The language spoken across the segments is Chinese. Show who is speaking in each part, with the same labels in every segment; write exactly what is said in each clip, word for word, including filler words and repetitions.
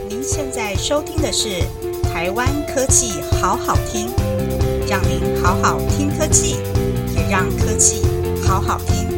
Speaker 1: 您现在收听的是台湾科技好好听，让您好好听科技，也让科技好好听。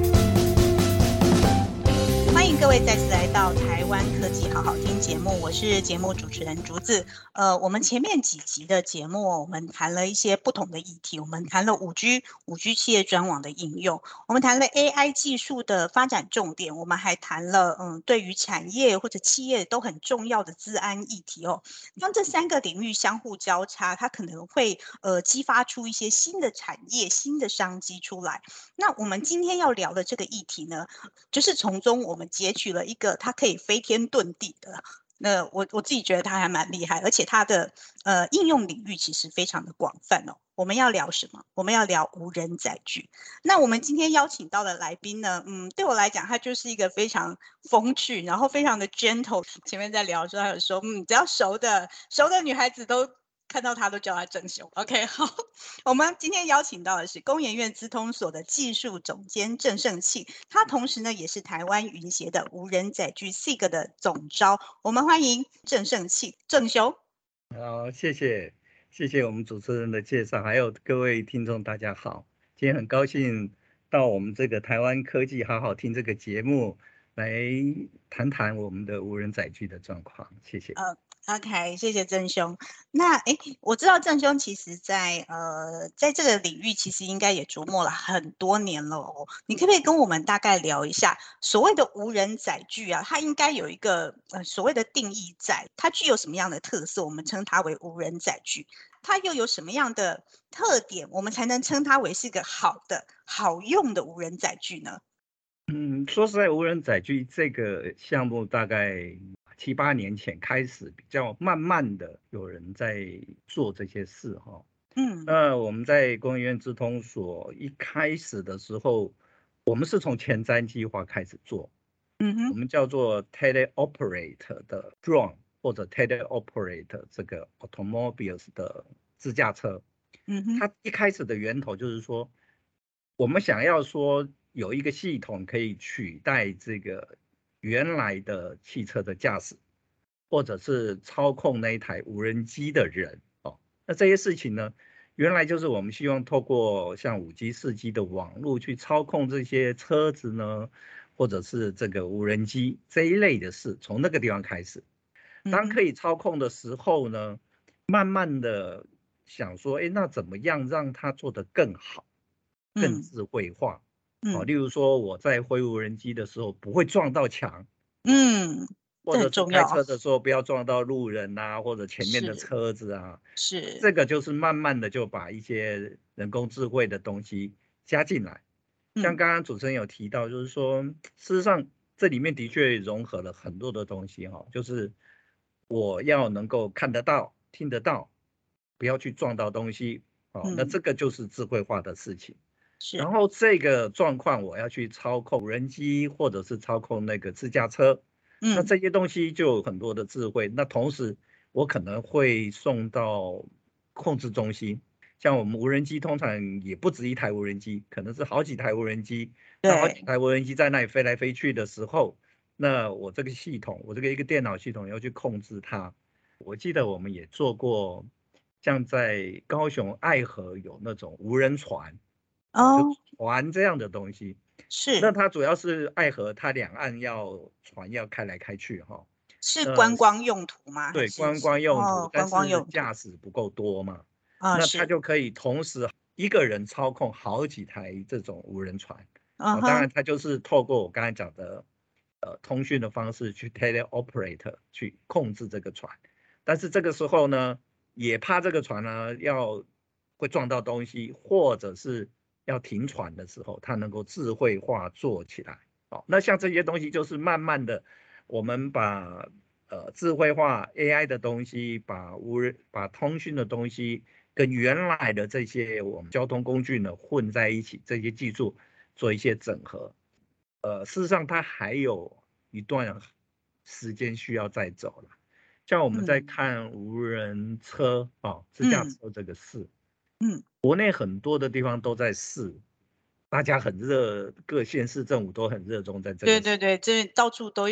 Speaker 1: 欢迎各位再次来到台湾科技好好听节目，我是节目主持人竹子。呃，我们前面几集的节目，我们谈了一些不同的议题，我们谈了 五 G、五 G 企业专网的应用，我们谈了 A I 技术的发展重点，我们还谈了嗯，对于产业或者企业都很重要的资安议题哦。当这三个领域相互交叉，它可能会呃激发出一些新的产业、新的商机出来。那我们今天要聊的这个议题呢，就是从中我们截取了一个它可以飞天遁地的。那我我自己觉得它还蛮厉害，而且它的呃应用领域其实非常的广泛哦。我们要聊什么？我们要聊无人载具。那我们今天邀请到的来宾呢，嗯，对我来讲，他就是一个非常风趣，然后非常的 gentle。前面在聊的时候，他有说，嗯，只要熟的熟的女孩子都看到他都叫他正雄。OK， 好，我们今天邀请到的是工研院资通所的技术总监郑胜庆，他同时呢也是台湾云协的无人载具 S I G 的总召。我们欢迎郑胜庆，郑雄。
Speaker 2: 好，谢谢，谢谢我们主持人的介绍，还有各位听众，大家好。今天很高兴到我们这个台湾科技好好听这个节目来谈谈我们的无人载具的状况，谢谢。
Speaker 1: 呃 OK， 谢谢郑兄。那诶，我知道郑兄其实在呃在这个领域其实应该也琢磨了很多年了哦。你可不可以跟我们大概聊一下所谓的无人载具啊？它应该有一个呃所谓的定义在，它具有什么样的特色？我们称它为无人载具。它又有什么样的特点？我们才能称它为是个好的、好用的无人载具呢？
Speaker 2: 嗯，说实在，无人载具这个项目大概七八年前开始，比较慢慢的有人在做这些事哈。
Speaker 1: 嗯
Speaker 2: 那我们在工研院资通所一开始的时候，我们是从前瞻计划开始做，
Speaker 1: 嗯哼
Speaker 2: 我们叫做 teleoperate 的 drone 或者 teleoperate 这个 automobiles 的自驾车。
Speaker 1: 嗯哼
Speaker 2: 它一开始的源头就是说，我们想要说有一个系统可以取代这个原来的汽车的驾驶，或者是操控那一台无人机的人哦。那这些事情呢，原来就是我们希望透过像五 G、四 G 的网络去操控这些车子呢，或者是这个无人机这一类的事，从那个地方开始。当可以操控的时候呢，慢慢的想说，哎，那怎么样让它做得更好、更
Speaker 1: 嗯
Speaker 2: 智慧化？哦，
Speaker 1: 嗯
Speaker 2: 例如说我在挥无人机的时候不会撞到墙，
Speaker 1: 嗯，
Speaker 2: 或
Speaker 1: 这很
Speaker 2: 者是开
Speaker 1: 重要。
Speaker 2: 车的时候不要撞到路人啊，或者前面的
Speaker 1: 是
Speaker 2: 车子啊。
Speaker 1: 是，
Speaker 2: 这个就是慢慢的就把一些人工智慧的东西加进来。像
Speaker 1: 嗯
Speaker 2: 刚刚主持人有提到，就是说，事实上这里面的确融合了很多的东西哈，就是我要能够看得到、听得到，不要去撞到东西，哦，那
Speaker 1: 嗯，
Speaker 2: 这个就是智慧化的事情。
Speaker 1: 是，
Speaker 2: 然后这个状况我要去操控无人机或者是操控那个自驾车，那
Speaker 1: 嗯
Speaker 2: 这些东西就有很多的智慧。那同时我可能会送到控制中心，像我们无人机通常也不止一台无人机，可能是好几台无人机。那好几
Speaker 1: 对，
Speaker 2: 台无人机在那里飞来飞去的时候，那我这个系统，我这个一个电脑系统要去控制它。我记得我们也做过，像在高雄爱河有那种无人船。哦，就
Speaker 1: 哦，
Speaker 2: 船这样的东西，那
Speaker 1: 是
Speaker 2: 它主要是爱河，它两岸要船要开来开去哈。
Speaker 1: 是
Speaker 2: 那
Speaker 1: 观光用途吗？还是
Speaker 2: 对，观光用途，
Speaker 1: 哦，观光
Speaker 2: 但是
Speaker 1: 用途
Speaker 2: 驾驶不够多嘛，
Speaker 1: 啊，
Speaker 2: 那它
Speaker 1: 是，
Speaker 2: 就可以同时一个人操控好几台这种无人船。哦，当
Speaker 1: 嗯哼，
Speaker 2: 然它就是透过我刚才讲的呃通讯的方式去 teleoperate 去控制这个船，但是这个时候呢，也怕这个船呢要会撞到东西，或者是要停船的时候，它能够智慧化做起来。哦，那像这些东西就是慢慢的，我们把呃智慧化 A I 的东西，把无人把通讯的东西跟原来的这些我们交通工具呢混在一起，这些技术做一些整合。呃，事实上它还有一段时间需要再走了。像我们在
Speaker 1: 嗯
Speaker 2: 看无人车啊、哦，自驾
Speaker 1: 嗯
Speaker 2: 车这个事，
Speaker 1: 嗯，
Speaker 2: 国内很多的地方都在试，大家很热，各县市政府都很热衷在这个事。
Speaker 1: 对对对，这到处都有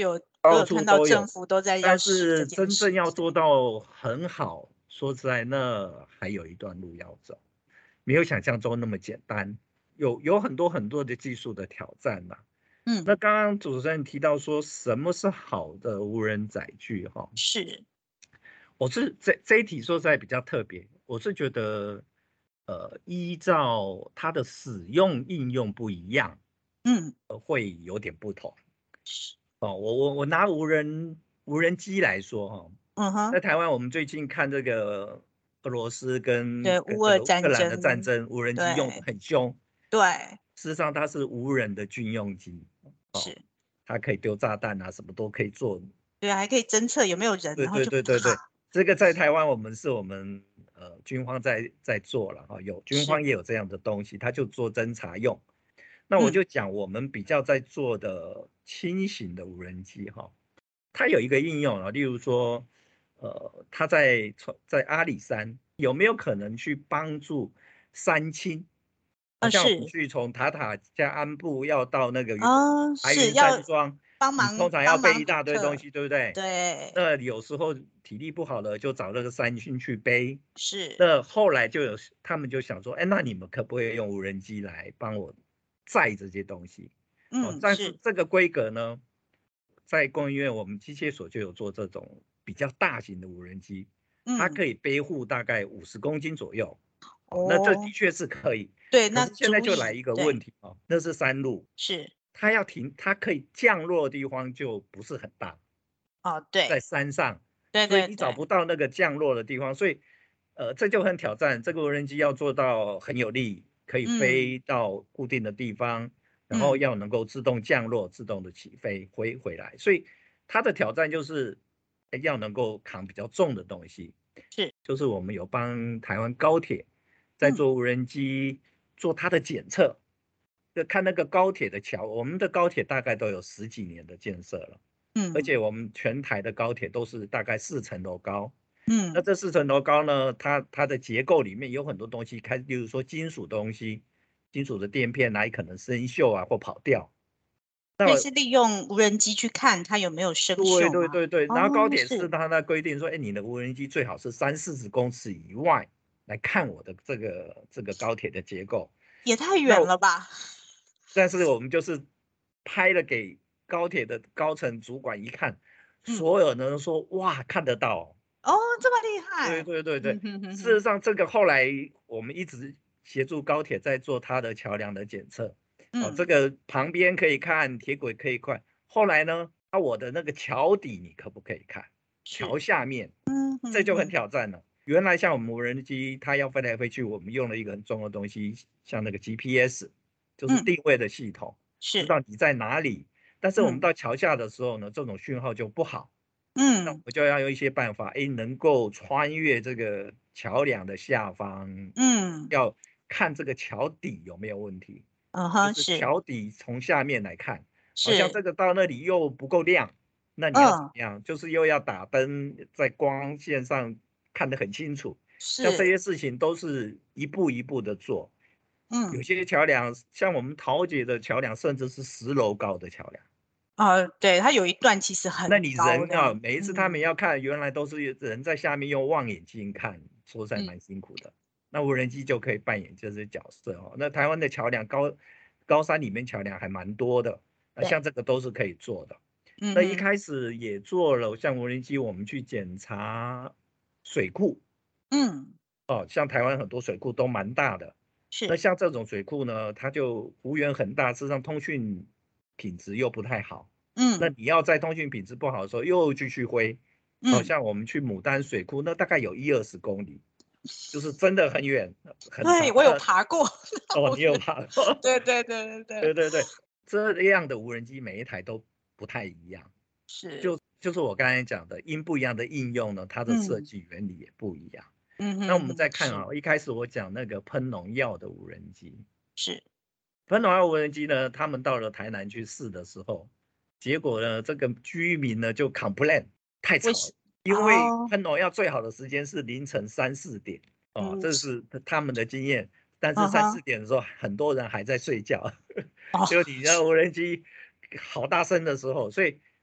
Speaker 2: 到
Speaker 1: 有看到
Speaker 2: 处都有，
Speaker 1: 政府都在要
Speaker 2: 但
Speaker 1: 试这
Speaker 2: 是真
Speaker 1: 件事。
Speaker 2: 正要做到很好，说实在，那还有一段路要走，没有想象中那么简单，有有很多很多的技术的挑战嘛。
Speaker 1: 嗯，
Speaker 2: 那刚刚主持人提到说什么是好的无人载具哈，
Speaker 1: 是，
Speaker 2: 我是这这一题说实在比较特别，我是觉得，呃，依照它的使用应用不一样，
Speaker 1: 嗯，
Speaker 2: 呃会有点不同。
Speaker 1: 是，
Speaker 2: 哦，我我我拿无人无人机来说哈，
Speaker 1: 嗯哼，
Speaker 2: 在台湾我们最近看这个俄罗斯跟
Speaker 1: 对，
Speaker 2: 跟这
Speaker 1: 乌俄战
Speaker 2: 个乌克兰的战
Speaker 1: 争，
Speaker 2: 争，无人机用的
Speaker 1: 对
Speaker 2: 很凶，
Speaker 1: 对，
Speaker 2: 事实上它是无人的军用机，哦，
Speaker 1: 是，
Speaker 2: 它可以丢炸弹啊，什么都可以做。
Speaker 1: 对啊，还可以侦测有没有人，
Speaker 2: 对对
Speaker 1: 然后就
Speaker 2: 对对对，
Speaker 1: 啪，
Speaker 2: 这个在台湾我们是我们呃军方在在做了哈，有军
Speaker 1: 是，
Speaker 2: 方也有这样的东西，它就做侦察用。那我
Speaker 1: 嗯，
Speaker 2: 就讲我们比较在做的轻型的无人机哈，它有一个应用啊，例如说，呃，它在在阿里山有没有可能去帮助山青？好
Speaker 1: 呃，
Speaker 2: 像我们
Speaker 1: 是，
Speaker 2: 去从塔塔加安布要到那个云
Speaker 1: 啊，
Speaker 2: 白云
Speaker 1: 是要
Speaker 2: 山庄，
Speaker 1: 帮
Speaker 2: 你通
Speaker 1: 忙帮忙
Speaker 2: 常要背一大堆东
Speaker 1: 旅客，
Speaker 2: 西，对不对？
Speaker 1: 对，
Speaker 2: 那有时候体力不好了，就找那个山青去背。
Speaker 1: 是，
Speaker 2: 那后来就有他们就想说，哎，那你们可不可以用无人机来帮我载这些东西？哦，
Speaker 1: 嗯，
Speaker 2: 但是
Speaker 1: 是，
Speaker 2: 这个规格呢，在工研院我们机械所就有做这种比较大型的无人机，它
Speaker 1: 嗯，
Speaker 2: 可以背负大概五十公斤左右。哦，那这的
Speaker 1: 哦，
Speaker 2: 确是可以。
Speaker 1: 对，那
Speaker 2: 可是现在就来
Speaker 1: 足以，
Speaker 2: 一个问
Speaker 1: 对，
Speaker 2: 题哦，那是山路，
Speaker 1: 是，
Speaker 2: 它要停，它可以降落的地方就不是很大，
Speaker 1: 哦，
Speaker 2: 在
Speaker 1: 对，
Speaker 2: 山上，
Speaker 1: 对
Speaker 2: 所以
Speaker 1: 对对，
Speaker 2: 你找不到那个降落的地方，所以呃这就很挑战。这个无人机要做到很有力，可以
Speaker 1: 嗯
Speaker 2: 飞到固定的地方，然后
Speaker 1: 嗯，
Speaker 2: 要能够自动降落、自动的起飞回回来，所以它的挑战就是呃要能够扛比较重的东西。
Speaker 1: 是，
Speaker 2: 就是我们有帮台湾高铁在
Speaker 1: 嗯
Speaker 2: 做无人机做它的检测，就看那个高铁的桥，我们的高铁大概都有十几年的建设了，而
Speaker 1: 嗯
Speaker 2: 且我们全台的高铁都是大概四层楼高。那
Speaker 1: 嗯，
Speaker 2: 这四层楼高呢，它它的结构里面有很多东西，开，例如说金属东西，金属的垫片啊，也可能生锈啊或跑掉。
Speaker 1: 所以是利用无人机去看它有没有生
Speaker 2: 对
Speaker 1: 锈吗？
Speaker 2: 对对对，然后高
Speaker 1: 哦，
Speaker 2: 铁是
Speaker 1: 是，
Speaker 2: 它那规定说，哎，你的无人机最好是三四十公尺以外来看我的这个这个高铁的结构。
Speaker 1: 也太
Speaker 2: 那
Speaker 1: 远了吧？
Speaker 2: 但是我们就是拍了给高铁的高层主管一看，
Speaker 1: 嗯，
Speaker 2: 所有人都说哇看得到。
Speaker 1: 哦，这么厉
Speaker 2: 对
Speaker 1: 害，
Speaker 2: 对对对，
Speaker 1: 嗯哼哼哼，
Speaker 2: 事实上这个后来我们一直协助高铁在做它的桥梁的检测。哦，这
Speaker 1: 嗯，
Speaker 2: 个旁边可以看，铁轨可以看。后来呢，啊，我的那个桥底你可不可以看？桥
Speaker 1: 是，
Speaker 2: 下面，
Speaker 1: 嗯
Speaker 2: 这就很
Speaker 1: 哼哼，
Speaker 2: 挑战了。原来像我们无人机，它要飞来飞去，我们用了一个很重的东西，像那个 G P S，就是
Speaker 1: 嗯，
Speaker 2: 定位的系统，知
Speaker 1: 是，
Speaker 2: 道你在哪里。但是我们
Speaker 1: 嗯
Speaker 2: 到桥下的时候呢，这种讯号就不好。那我
Speaker 1: 嗯
Speaker 2: 们就要用一些办法，哎，能够穿越这个桥梁的下方，
Speaker 1: 嗯
Speaker 2: 要看这个桥底有没有问题，
Speaker 1: 嗯哼，
Speaker 2: 就是
Speaker 1: 是
Speaker 2: 桥底从下面来看，好像
Speaker 1: 是，
Speaker 2: 这个到那里又不够亮，那你要怎么
Speaker 1: 嗯
Speaker 2: 样？就是又要打灯，在光线上看得很清楚，像这
Speaker 1: 是，
Speaker 2: 些事情都是一步一步的做。有
Speaker 1: 嗯
Speaker 2: 些桥梁，像我们桃姐的桥梁，甚至是十楼高的桥梁。
Speaker 1: 哦，对，它有一段其实
Speaker 2: 那
Speaker 1: 很
Speaker 2: 你人啊，
Speaker 1: 高这样，
Speaker 2: 每一次他们
Speaker 1: 嗯
Speaker 2: 要看，原来都是人在下面用望远镜看，说实在
Speaker 1: 嗯，
Speaker 2: 蛮辛苦的。那无人机就可以扮演这些角色哦。那台湾的桥梁高高山里面桥梁还蛮多的，那
Speaker 1: 对，
Speaker 2: 像这个都是可以做的。
Speaker 1: 嗯哼，
Speaker 2: 那一开始也做了，像无人机我们去检查水库
Speaker 1: 嗯
Speaker 2: 哦，像台湾很多水库都蛮大的。那
Speaker 1: 是，
Speaker 2: 像这种水库呢，它就幅员很大，事实上通讯品质又不太好。那
Speaker 1: 嗯
Speaker 2: 你要在通讯品质不好的时候又继续挥，好、
Speaker 1: 嗯，
Speaker 2: 像我们去牡丹水库，那大概有一二十公里，就是真的很远很
Speaker 1: 对，我有
Speaker 2: 长啊。
Speaker 1: 爬过，
Speaker 2: 哦，你有
Speaker 1: 我是，
Speaker 2: 爬过？
Speaker 1: 对对对对对，
Speaker 2: 对对对，这样的无人机每一台都不太一样，
Speaker 1: 是，
Speaker 2: 就就是我刚才讲的，因不一样的应用呢，它的设
Speaker 1: 嗯
Speaker 2: 计原理也不一样。
Speaker 1: 嗯
Speaker 2: 那我们
Speaker 1: 哼哼，是
Speaker 2: 再看啊，一开始我讲那个喷农药的无人机，
Speaker 1: 是，
Speaker 2: 喷农药无人机呢，他们到了台南去试的时候，结果呢，这个居民呢就 complain 太吵了，
Speaker 1: 为什
Speaker 2: 因为
Speaker 1: 哦，
Speaker 2: 喷农药最好的时间是凌晨三四点哦，
Speaker 1: 嗯，
Speaker 2: 这是他们的经验。但是三四
Speaker 1: 嗯哼，
Speaker 2: 点的时候，很多人还在睡觉，
Speaker 1: 哦，
Speaker 2: 就你的无人机好大声的时候，所以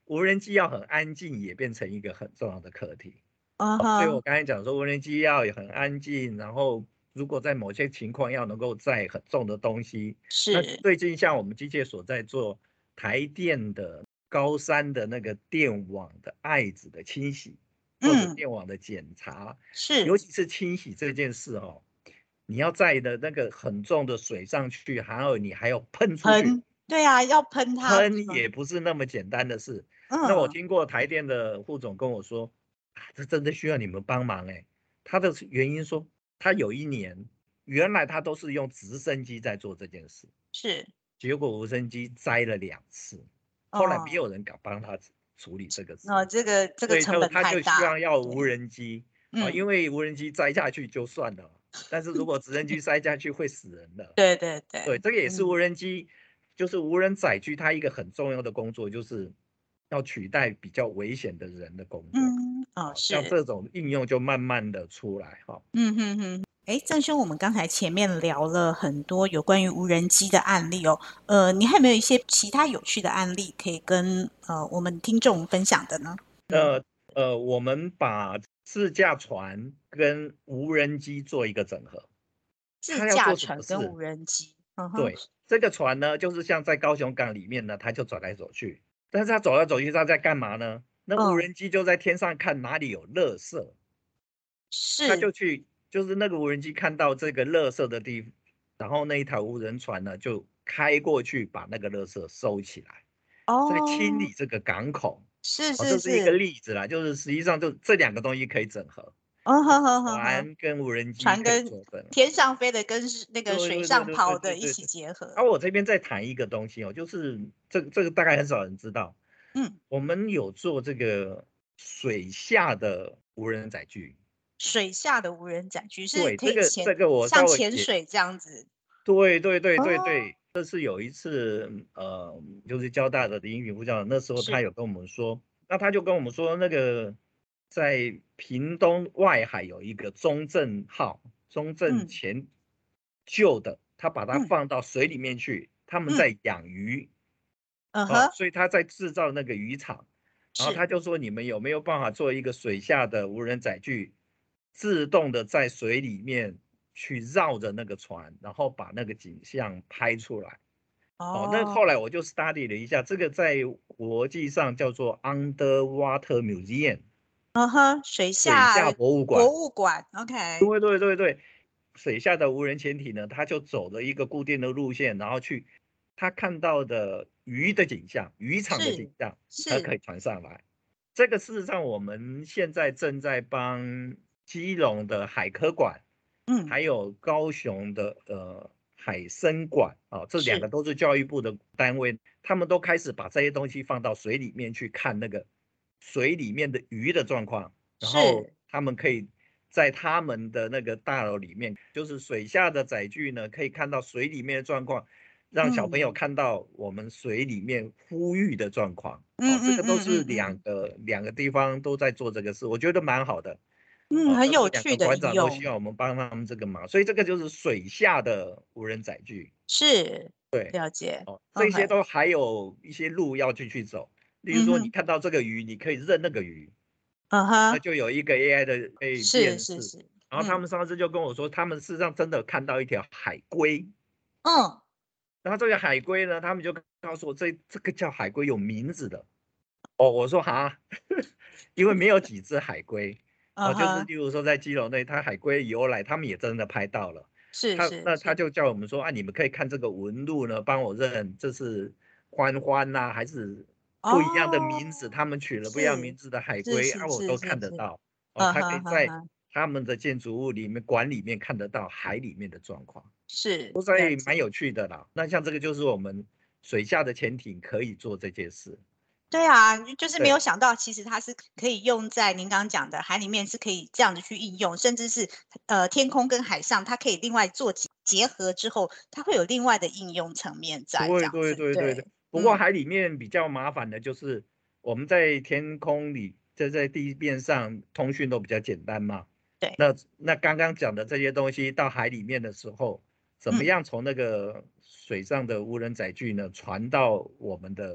Speaker 2: 无人机要很安静也变成一个很重要的课题。
Speaker 1: 嗯
Speaker 2: 所以我
Speaker 1: 哼，
Speaker 2: 刚才讲说无人机要很安静，然后如果在某些情况要能够载很重的东西，那
Speaker 1: 是，
Speaker 2: 最近像我们机械所在做台电的高山的那个电网的爱子的清洗，或者
Speaker 1: 嗯，
Speaker 2: 电网的检查，
Speaker 1: 是
Speaker 2: 尤其是清洗这件事哦，你要载的那个很重的水上去，还有你还要喷出去，
Speaker 1: 喷，对啊，要喷它，
Speaker 2: 喷也不是那么简单的事。那我
Speaker 1: 嗯，
Speaker 2: 听过台电的副总跟我说，啊，这真的需要你们帮忙哎。他的原因说，他有一年原来他都是用直升机在做这件事，
Speaker 1: 是，
Speaker 2: 结果无人机栽了两次，后来没
Speaker 1: 哦，
Speaker 2: 有人敢帮他处理这个事，
Speaker 1: 那这个这个
Speaker 2: 所以
Speaker 1: 成本
Speaker 2: 就他就希
Speaker 1: 太大，
Speaker 2: 望要无
Speaker 1: 对，
Speaker 2: 人机啊，
Speaker 1: 嗯，
Speaker 2: 因为无人机栽下去就算了，但是如果直升机栽下去会死人的。
Speaker 1: 对对
Speaker 2: 对，
Speaker 1: 对，
Speaker 2: 这个也是无
Speaker 1: 嗯
Speaker 2: 人机，就是无人载具，它一个很重要的工作，就是要取代比较危险的人的工作。
Speaker 1: 嗯，哦，
Speaker 2: 好，像
Speaker 1: 是。
Speaker 2: 这种应用就慢慢的出来哈。
Speaker 1: 嗯哼哼，哎，郑兄，我们刚才前面聊了很多有关于无人机的案例哦，呃，你还有没有一些其他有趣的案例可以跟呃我们听众分享的呢？嗯，
Speaker 2: 呃呃，我们把自驾船跟无人机做一个整合，
Speaker 1: 自
Speaker 2: 它要做什么
Speaker 1: 驾船跟
Speaker 2: 事？
Speaker 1: 无人机，嗯哼，
Speaker 2: 对，这个船呢，就是像在高雄港里面呢，它就走来走去，但是它走来走去，它在干嘛呢？那无
Speaker 1: 嗯，
Speaker 2: 人机就在天上看哪里有垃圾，他
Speaker 1: 是，
Speaker 2: 就去，就是那个无人机看到这个垃圾的地方，然后那一台无人船呢就开过去把那个垃圾收起来，在清
Speaker 1: 哦，
Speaker 2: 理这个港口。
Speaker 1: 是
Speaker 2: 哦，这是一个
Speaker 1: 是是，
Speaker 2: 例子啦，就是实际上就这两个东西可以整合，
Speaker 1: 哦呵
Speaker 2: 就是
Speaker 1: 呵呵呵，
Speaker 2: 船跟无人机可以
Speaker 1: 船跟
Speaker 2: 做整合。
Speaker 1: 天上飞的跟是那个
Speaker 2: 对
Speaker 1: 水
Speaker 2: 对对对对
Speaker 1: 上跑的一起
Speaker 2: 对对对。
Speaker 1: 结合，
Speaker 2: 而我这边再谈一个东西哦，就是这个这个大概很少人知道，
Speaker 1: 嗯，
Speaker 2: 我们有做这个水下的无人载具。
Speaker 1: 水下的无人载具是
Speaker 2: 对，
Speaker 1: 可以潜，
Speaker 2: 这个这个我
Speaker 1: 像
Speaker 2: 稍微解。
Speaker 1: 潜水这样子，
Speaker 2: 对对对对
Speaker 1: 哦，
Speaker 2: 对，这是有一次，呃，就是交大的林允副校长，那时候他
Speaker 1: 是。
Speaker 2: 有跟我们说，那他就跟我们说，那个在屏东外海有一个中正号，中正
Speaker 1: 嗯
Speaker 2: 前旧的，他把它
Speaker 1: 嗯
Speaker 2: 放到水里面去，他们
Speaker 1: 嗯，
Speaker 2: 在养鱼，哦，
Speaker 1: 嗯哼，
Speaker 2: 所以他在制造那个渔场，然后
Speaker 1: 是
Speaker 2: 他就说你们有没有办法做一个水下的无人载具，自动的在水里面去绕着那个船，然后把那个景象拍出来。哦，那
Speaker 1: 哦，
Speaker 2: 后来我就 study 了一下，这个在国际上叫做 Underwater Museum
Speaker 1: 嗯哼，水
Speaker 2: 水下
Speaker 1: 下
Speaker 2: 博物馆。
Speaker 1: 博物馆，OK，
Speaker 2: 对对对对，水下的无人潜艇呢，它就走了一个固定的路线，然后去它看到的鱼的景象、渔场的景
Speaker 1: 是
Speaker 2: 象，它可
Speaker 1: 是，
Speaker 2: 以传上来。这个事实上，我们现在正在帮基隆的海科馆，
Speaker 1: 嗯
Speaker 2: 还有高雄的呃海生馆啊，这两个
Speaker 1: 是
Speaker 2: 都是教育部的单位，他们都开始把这些东西放到水里面去看那个水里面的鱼的状况，然后
Speaker 1: 是，
Speaker 2: 他们可以在他们的那个大楼里面，就是水下的载具呢，可以看到水里面的状况，让小朋友
Speaker 1: 嗯
Speaker 2: 看到我们水里面呼吁的状况。哦，这
Speaker 1: 嗯嗯嗯
Speaker 2: 个都是
Speaker 1: 嗯嗯
Speaker 2: 两个两个地方都在做这个事，我觉得蛮好的。
Speaker 1: 嗯，
Speaker 2: 哦，
Speaker 1: 很
Speaker 2: 那这两个
Speaker 1: 有趣的
Speaker 2: 馆长都希
Speaker 1: 应用，
Speaker 2: 望我们帮他们这个忙，所以这个就是水下的无人载具。
Speaker 1: 是
Speaker 2: 对，
Speaker 1: 了解
Speaker 2: 哦，这些
Speaker 1: ，OK，
Speaker 2: 都还有一些路要继续走。例如说，你
Speaker 1: 嗯哼，
Speaker 2: 看到这个鱼，你可以认那个鱼，那
Speaker 1: 嗯哼，
Speaker 2: 就有一个 A I 的可以辨识。
Speaker 1: 是是是，
Speaker 2: 然后他
Speaker 1: 嗯
Speaker 2: 们上次就跟我说，他们事实上真的看到一条海龟，
Speaker 1: 嗯
Speaker 2: 然后这个海龟呢，他们就告诉我这这个叫海龟有名字的。哦，我说哈，因为没有几只海龟。哦，就是
Speaker 1: 嗯哼，
Speaker 2: 例如说在基隆内，它海龟游来，他们也真的拍到了。
Speaker 1: 是
Speaker 2: 他
Speaker 1: 是是，
Speaker 2: 那他就叫我们说啊，你们可以看这个纹路呢，帮我认这是欢欢呐、还是不一样的名字，
Speaker 1: 哦，
Speaker 2: 他们取了不一样名
Speaker 1: 是
Speaker 2: 字的海龟啊，
Speaker 1: 是是
Speaker 2: 我都
Speaker 1: 是是是，
Speaker 2: 看得到。哦，
Speaker 1: 嗯
Speaker 2: 他可以在
Speaker 1: 哼哼哼，
Speaker 2: 他们的建筑物里面馆里面看得到海里面的状况，
Speaker 1: 是
Speaker 2: 所
Speaker 1: 了解。
Speaker 2: 以蛮有趣的啦。那像这个就是我们水下的潜艇可以做这件事。
Speaker 1: 对啊，就是没有
Speaker 2: 对
Speaker 1: 想到，其实它是可以用在您刚刚讲的海里面，是可以这样子去应用，甚至是呃天空跟海上，它可以另外做结结合之后，它会有另外的应用层面在这
Speaker 2: 对对
Speaker 1: 样子。
Speaker 2: 对对对。
Speaker 1: 对，
Speaker 2: 不过
Speaker 1: 嗯
Speaker 2: 海里面比较麻烦的就是我们在天空里，在在地面上通讯都比较简单嘛。
Speaker 1: 对，
Speaker 2: 那那刚刚讲的这些东西到海里面的时候，怎么
Speaker 1: 嗯
Speaker 2: 样从那个水上的无人载具呢传到我们的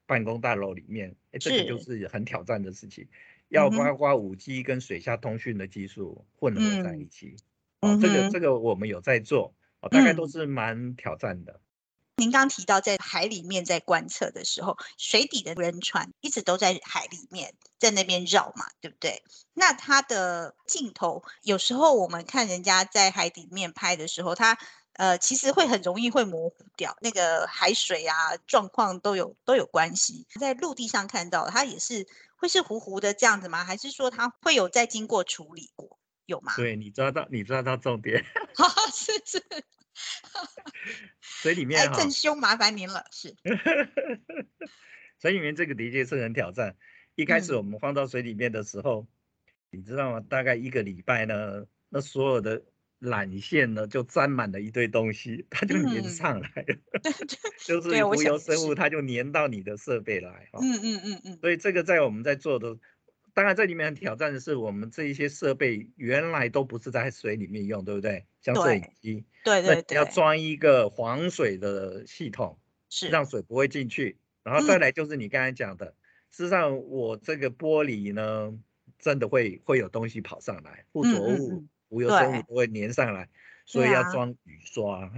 Speaker 2: 办公大楼里面，哎，这个就是很挑战的事情，要包括五 G 跟水下通讯的技术混合在一起。哦，这个这个我们有在做，哦，大概都是蛮挑战的。
Speaker 1: 您刚提到在海里面在观测的时候，水底的无人船一直都在海里面，在那边绕嘛，对不对？那它的镜头有时候我们看人家在海底面拍的时候，它呃其实会很容易会模糊掉，那个海水啊状况都有都有关系。在陆地上看到它也是会是糊糊的这样子吗？还是说它会有再经过处理过？有吗？
Speaker 2: 对，你抓到你抓到重点。
Speaker 1: 是是。
Speaker 2: 水里面
Speaker 1: 哎，
Speaker 2: 哈，
Speaker 1: 郑兄麻烦您了，是。
Speaker 2: 水里面这个的确是很挑战。一开始我
Speaker 1: 嗯
Speaker 2: 们放到水里面的时候，你知道吗？大概一个礼拜呢，那所有的缆线呢就沾满了一堆东西，它就粘
Speaker 1: 嗯，
Speaker 2: 上来了。
Speaker 1: 对对
Speaker 2: 就
Speaker 1: 对，我
Speaker 2: 是浮游生物，
Speaker 1: 想也是。
Speaker 2: 它就粘到你的设备来哈。
Speaker 1: 嗯嗯嗯嗯，
Speaker 2: 所以这个在我们在做的，当然这里面很挑战的是，我们这一些设备原来都不是在水里面用，对不对？像摄影
Speaker 1: 对
Speaker 2: 机，
Speaker 1: 对
Speaker 2: 那你要
Speaker 1: 对对，
Speaker 2: 装一个防水的系统，
Speaker 1: 是。
Speaker 2: 让水不会进去。然后再
Speaker 1: 嗯
Speaker 2: 来就是你刚才讲的，事实上我这个玻璃呢，真的会会有东西跑上来，附着物、
Speaker 1: 嗯嗯嗯，
Speaker 2: 浮游生物
Speaker 1: 对
Speaker 2: 都会粘上来，所以要
Speaker 1: 对啊，
Speaker 2: 装雨刷。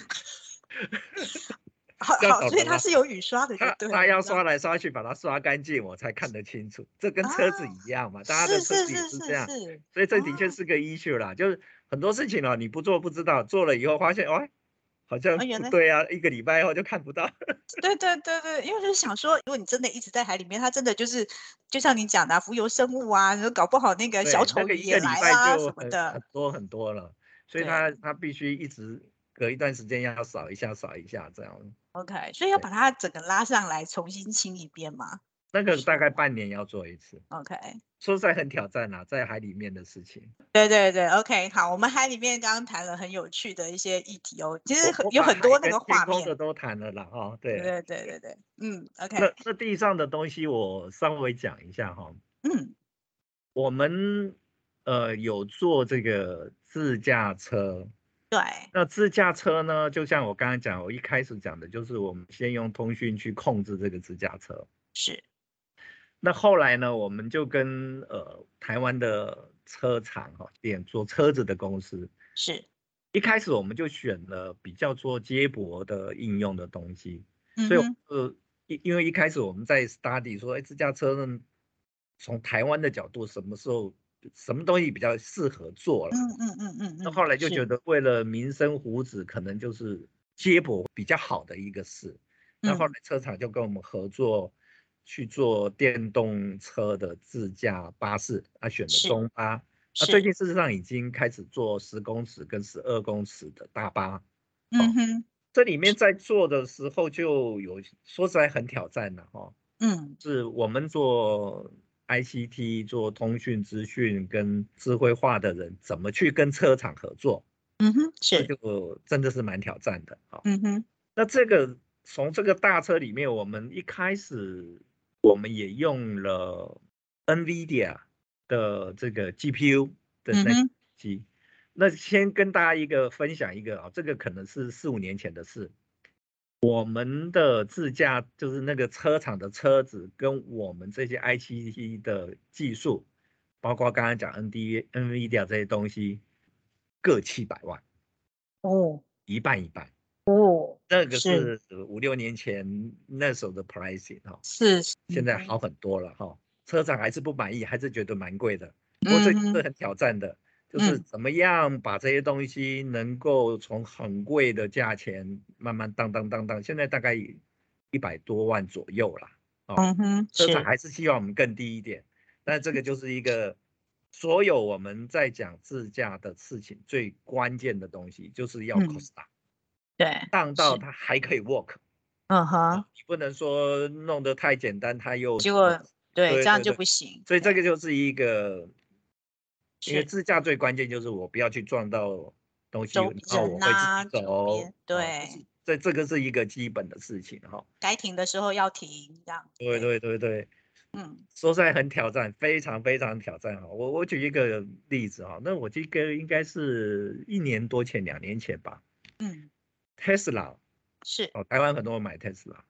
Speaker 1: 好
Speaker 2: 这样
Speaker 1: 好，所以它
Speaker 2: 懂了吗？
Speaker 1: 是有雨刷的就
Speaker 2: 他
Speaker 1: 对了，
Speaker 2: 他要
Speaker 1: 这样
Speaker 2: 刷来刷去，把它刷干净，我才看得清楚。这跟
Speaker 1: 啊，
Speaker 2: 车子一样嘛，大家的
Speaker 1: 是
Speaker 2: 车子也
Speaker 1: 是是是
Speaker 2: 是这样，
Speaker 1: 是，
Speaker 2: 所以
Speaker 1: 啊，
Speaker 2: 这的确是个 issue 啦。就是很多事情哦，你不做不知道，做了以后发现，哇，好像
Speaker 1: 哦，原来
Speaker 2: 不对啊，一个礼拜后就看不到。
Speaker 1: 对对对对，因为就是想说，如果你真的一直在海里面，它真的就是就像你讲的啊浮游生物啊，然后搞不好那个小
Speaker 2: 对，那
Speaker 1: 丑鱼也
Speaker 2: 个一个礼
Speaker 1: 来啦
Speaker 2: 拜就
Speaker 1: 什么的，
Speaker 2: 很很多很多了，所以他
Speaker 1: 对
Speaker 2: 他必须一直隔一段时间要扫一下扫一下这样。
Speaker 1: ，OK，所以要
Speaker 2: 对，
Speaker 1: 把它整个拉上来重新清一遍嘛，
Speaker 2: 那个大概
Speaker 1: 是吗
Speaker 2: 半年要做一次，
Speaker 1: ？OK。
Speaker 2: 说实在很挑战啦，在海里面的事情。
Speaker 1: 对对对，OK，好，我们海里面刚刚谈了很有趣的一些议题哦，其实很有
Speaker 2: 我我把
Speaker 1: 很多那个
Speaker 2: 海跟天
Speaker 1: 画面。
Speaker 2: 空的都谈了啦，哈，对。
Speaker 1: 对对对对对，嗯，OK，
Speaker 2: 那那地上的东西我稍微讲一下哈，
Speaker 1: 嗯，
Speaker 2: 我们呃有做这个自驾车，
Speaker 1: 对，
Speaker 2: 那自驾车呢，就像我刚才讲，我一开始讲的就是我们先用通讯去控制这个自驾车，
Speaker 1: 是，
Speaker 2: 那后来呢，我们就跟呃台湾的车厂哈，点做车子的公司，
Speaker 1: 是，
Speaker 2: 一开始我们就选了比较做接驳的应用的东西，所以
Speaker 1: 嗯哼，
Speaker 2: 呃，因因为一开始我们在 study 说，哎，自驾车呢，从台湾的角度，什么时候什么东西比较适合做了？
Speaker 1: 嗯嗯嗯嗯嗯，
Speaker 2: 那后来就觉
Speaker 1: 是，
Speaker 2: 得为了民生福祉，可能就是接驳比较好的一个事。那后来
Speaker 1: 嗯，
Speaker 2: 车厂就跟我们合作去做电动车的自驾巴士，啊，选的
Speaker 1: 是
Speaker 2: 中巴。那最
Speaker 1: 是，
Speaker 2: 近事实上已经开始做十公尺跟十二公尺的大巴。哦，
Speaker 1: 嗯哼，
Speaker 2: 这里面在做的时候就有说实在很挑战的哈、哦，
Speaker 1: 嗯
Speaker 2: 是我们做 I C T 做通讯资讯跟智慧化的人怎么去跟车厂合作，
Speaker 1: 嗯哼，
Speaker 2: 这
Speaker 1: 是，
Speaker 2: 就真的是蛮挑战的啊、哦。
Speaker 1: 嗯哼，
Speaker 2: 那这个从这个大车里面，我们一开始我们也用了 NVIDIA 的这个 G P U 的那
Speaker 1: 嗯哼，
Speaker 2: 机。那先跟大家一个分享一个啊，这个可能是四五年前的事。我们的自驾就是那个车厂的车子，跟我们这些 I C T 的技术，包括刚刚讲 N D NVIDIA 这些东西，各七百万，
Speaker 1: 哦
Speaker 2: 一半一半。
Speaker 1: 哦，
Speaker 2: 那个
Speaker 1: 是
Speaker 2: 是五六年前那时候的 pricing 哈、哦，
Speaker 1: 是，
Speaker 2: 现
Speaker 1: 嗯哼，
Speaker 2: 在好很多了哈、哦。车厂还是不满意，还是觉得蛮贵的。不过这
Speaker 1: 嗯哼，
Speaker 2: 是很挑战的，就是
Speaker 1: 嗯
Speaker 2: 怎么样把这些东西能够从很贵的价钱慢慢当当当当，现在大概一百多万左右啦。哦，
Speaker 1: 嗯哼，
Speaker 2: 车厂
Speaker 1: 是，
Speaker 2: 还是希望我们更低一点，但这个就是一个所有我们在讲自驾的事情最关键的东西，就是要 cost
Speaker 1: 嗯，
Speaker 2: down。
Speaker 1: 对，
Speaker 2: 当到
Speaker 1: 是，
Speaker 2: 它还可以 work 啊，
Speaker 1: 嗯哼，
Speaker 2: 你不能说弄得太简单，它又
Speaker 1: 结果对，这样就
Speaker 2: 对对对，
Speaker 1: 不行，
Speaker 2: 所以这个
Speaker 1: 对，
Speaker 2: 就是一个，因为
Speaker 1: 是。
Speaker 2: 自驾最关键就是我不要去撞到东西，
Speaker 1: 周
Speaker 2: 然后我会自己
Speaker 1: 人呐、周
Speaker 2: 走
Speaker 1: 边，
Speaker 2: 啊，这是
Speaker 1: 对，
Speaker 2: 这这个是一个基本的事情哈。
Speaker 1: 该停的时候要停，这样，
Speaker 2: 对
Speaker 1: 对，
Speaker 2: 对对对，
Speaker 1: 嗯
Speaker 2: 说实在很挑战，非常非常挑战哈。我我举一个例子哈，那我这个应该是一年多前、两年前吧
Speaker 1: 嗯，
Speaker 2: ，Tesla
Speaker 1: 是，
Speaker 2: 哦，台湾很多人买 Tesla。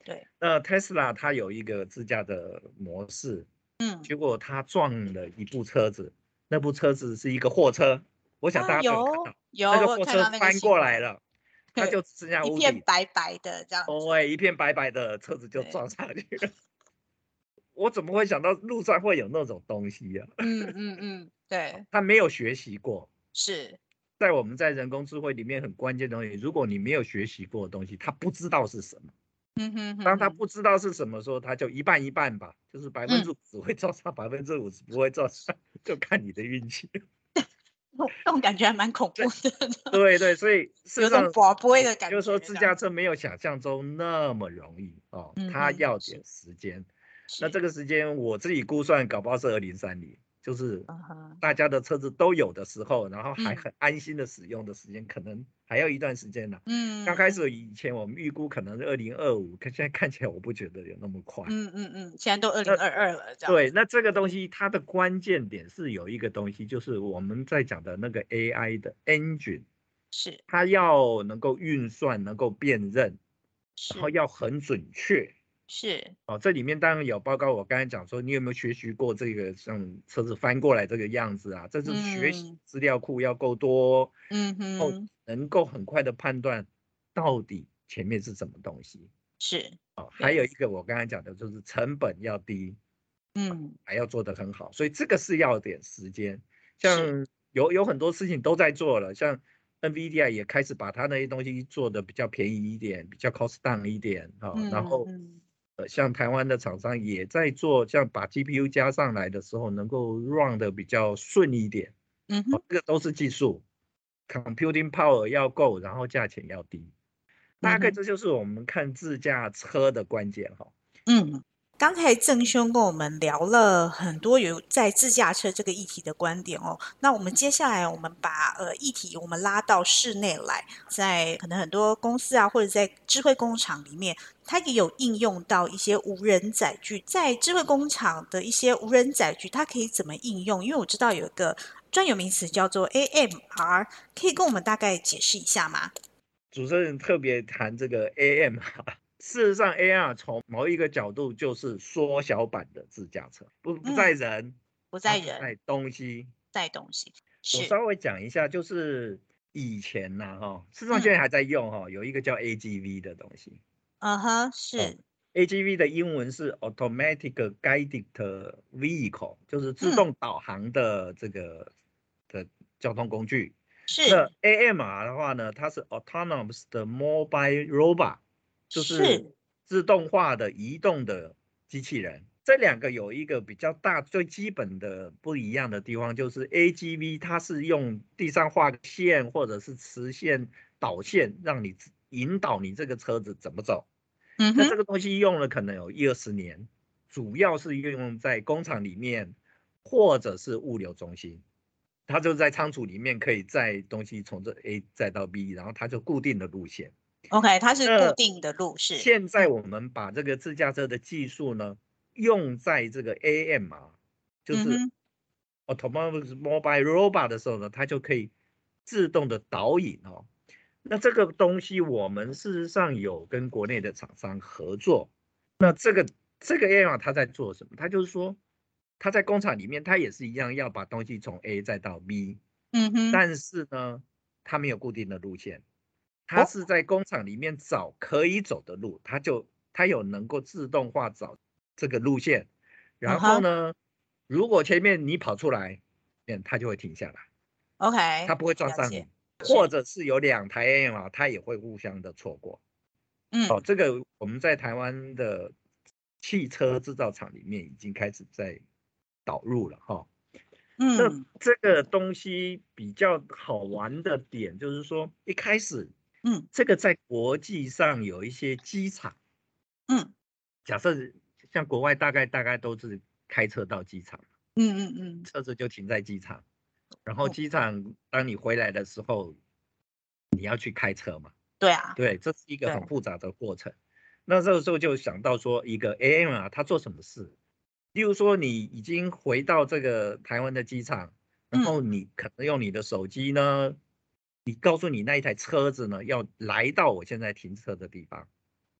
Speaker 1: 对，
Speaker 2: 那 Tesla 它有一个自驾的模式，
Speaker 1: 嗯，
Speaker 2: 结果它撞了一部车子，那部车子是一个货车，我想
Speaker 1: 啊，
Speaker 2: 大家都有看
Speaker 1: 有
Speaker 2: 到，
Speaker 1: 有，我有
Speaker 2: 那个货
Speaker 1: 看到那个
Speaker 2: 车翻
Speaker 1: 新闻，
Speaker 2: 过来了，它就只剩下
Speaker 1: 一
Speaker 2: 屋顶，
Speaker 1: 片白白的这样子，
Speaker 2: 哦，一片白白的车子就
Speaker 1: 对，
Speaker 2: 撞上去了。我怎么会想到路上会有那种东西啊？
Speaker 1: 嗯嗯嗯，对，
Speaker 2: 他没有学习过，
Speaker 1: 是，
Speaker 2: 在我们在人工智慧里面很关键的东西，如果你没有学习过的东西，他不知道是什么。
Speaker 1: 嗯哼哼
Speaker 2: 当他
Speaker 1: 哼，
Speaker 2: 不知道是什么时候，他就一半一半吧，就是百分之
Speaker 1: 嗯，
Speaker 2: 五十会撞上，百分之五十不会撞上，就看你的运气。
Speaker 1: 这种感觉还蛮恐怖的，
Speaker 2: 对对，所以事实
Speaker 1: 有种
Speaker 2: 上，
Speaker 1: 宝贝的感
Speaker 2: 就是说
Speaker 1: 觉这样子，
Speaker 2: 自驾车没有想象中那么容易哦，
Speaker 1: 嗯哼，
Speaker 2: 它要点
Speaker 1: 是
Speaker 2: 时间。那
Speaker 1: 是，
Speaker 2: 这个时间我自己估算，搞不好是二零三零，就是
Speaker 1: 嗯哼，
Speaker 2: 大家的车子都有的时候，然后还
Speaker 1: 嗯
Speaker 2: 很安心的使用的时间，可能还要一段时间呢。刚开
Speaker 1: 嗯嗯
Speaker 2: 始以前我们预估可能是二零二五，可现在看起来我不觉得有那么快。
Speaker 1: 嗯嗯嗯，现在都二零
Speaker 2: 那
Speaker 1: 二二了这样
Speaker 2: 对，
Speaker 1: 子，
Speaker 2: 那这个东西它的关键点是有一个东西，就是我们在讲的那个 A I 的 engine。
Speaker 1: 是
Speaker 2: 它要能够运算，能够辨认，然后
Speaker 1: 是
Speaker 2: 要很准确。
Speaker 1: 是，
Speaker 2: 哦，这里面当然有包括我刚才讲说，你有没有学习过这个像车子翻过来这个样子啊？这就是学习
Speaker 1: 嗯
Speaker 2: 资料库要够多，
Speaker 1: 嗯
Speaker 2: 然后
Speaker 1: 哼，
Speaker 2: 能够很快的判断到底前面是什么东西。
Speaker 1: 是，
Speaker 2: 哦，还有
Speaker 1: 对，
Speaker 2: 一个我刚才讲的就是成本要低，
Speaker 1: 嗯
Speaker 2: 还要做得很好，所以这个是要点时间。
Speaker 1: 是，
Speaker 2: 像有有很多事情都在做了，像 NVIDIA 也开始把它那些东西做的比较便宜一点，比较 cost down 一点啊、哦。然后
Speaker 1: 嗯嗯
Speaker 2: 呃，像台湾的厂商也在做，像把 G P U 加上来的时候，能够 run 的比较顺一点。哦，
Speaker 1: 嗯哼，
Speaker 2: 这个都是技术，computing power 要够，然后价钱要低。大概
Speaker 1: 嗯哼。
Speaker 2: 这就是我们看自驾车的关键哈。
Speaker 1: 嗯，刚才郑兄跟我们聊了很多有在自驾车这个议题的观点哦。那我们接下来我们把呃议题我们拉到室内来，在可能很多公司啊，或者在智慧工厂里面，它也有应用到一些无人载具。在智慧工厂的一些无人载具，它可以怎么应用？因为我知道有一个专有名词叫做 A M R，可以跟我们大概解释一下吗？
Speaker 2: 主持人特别谈这个 A M 哈，事实上 A R 从某一个角度就是缩小版的自驾车，不不在
Speaker 1: 嗯，
Speaker 2: 人，
Speaker 1: 不
Speaker 2: 它
Speaker 1: 在人，
Speaker 2: 是在东西。
Speaker 1: 带东西，是，
Speaker 2: 我稍微讲一下，就是以前呐、哈，事实上现
Speaker 1: 嗯
Speaker 2: 在还在用哈，有一个叫 A G V 的东西。
Speaker 1: 嗯哼，
Speaker 2: 哦
Speaker 1: 是，
Speaker 2: ，A G V 的英文是 Automatic Guided Vehicle，就是自
Speaker 1: 嗯。
Speaker 2: 动导航的这个的交通工具。那
Speaker 1: 是
Speaker 2: A M R 的话呢，它是 Autonomous 的 Mobile Robot，就是
Speaker 1: 是，
Speaker 2: 自动化的移动的机器人。这两个有一个比较大、最基本的不一样的地方，就是 A G V 它是用地上画线或者是磁线导线，让你引导你这个车子怎么走。
Speaker 1: 嗯哼，
Speaker 2: 那这个东西用了可能有一二十年，主要是运用在工厂里面或者是物流中心。它就在仓储里面可以载东西从这 A 载到 B，然后它就固定的路线。
Speaker 1: OK，它是固
Speaker 2: 那
Speaker 1: 定的路是，
Speaker 2: 现在
Speaker 1: 嗯
Speaker 2: 我们把这个自驾车的技术呢，用在这个 A M R，就是
Speaker 1: 嗯哼，
Speaker 2: Autonomous Mobile Robot 的时候呢，它就可以自动的导引哦。那这个东西我们事实上有跟国内的厂商合作。那这个这个 A M R 它在做什么？它就是说，它在工厂里面，它也是一样要把东西从 A 再到 B，
Speaker 1: 嗯哼，
Speaker 2: 但是呢，它没有固定的路线，它
Speaker 1: 哦，
Speaker 2: 是在工厂里面找可以走的路，它就它有能够自动化找这个路线，然后
Speaker 1: 嗯哼
Speaker 2: 呢，如果前面你跑出来，嗯，它就会停下来，它
Speaker 1: ，OK，
Speaker 2: 不会撞
Speaker 1: 了解，
Speaker 2: 上你，或
Speaker 1: 是，
Speaker 2: 者是有两台 A M R，它也会互相的错过。哦，
Speaker 1: 嗯
Speaker 2: 这个我们在台湾的汽车制造厂里面已经开始在导入了哈。那
Speaker 1: 嗯
Speaker 2: 这个东西比较好玩的点就是说，一开始
Speaker 1: 嗯
Speaker 2: 这个在国际上有一些机场，
Speaker 1: 嗯
Speaker 2: 假设像国外大概大概都是开车到机场，
Speaker 1: 嗯嗯嗯，
Speaker 2: 车子就停在机场，然后
Speaker 1: 嗯，
Speaker 2: 机场当你回来的时候，你要去开车嘛。
Speaker 1: 对啊，
Speaker 2: 对，这是一个
Speaker 1: 对，
Speaker 2: 很复杂的过程。那这个时候就想到说，一个 A M 啊，它做什么事？例如说，你已经回到这个台湾的机场，然
Speaker 1: 嗯
Speaker 2: 后你可能用你的手机呢，你告诉你那一台车子呢，要来到我现在停车的地方。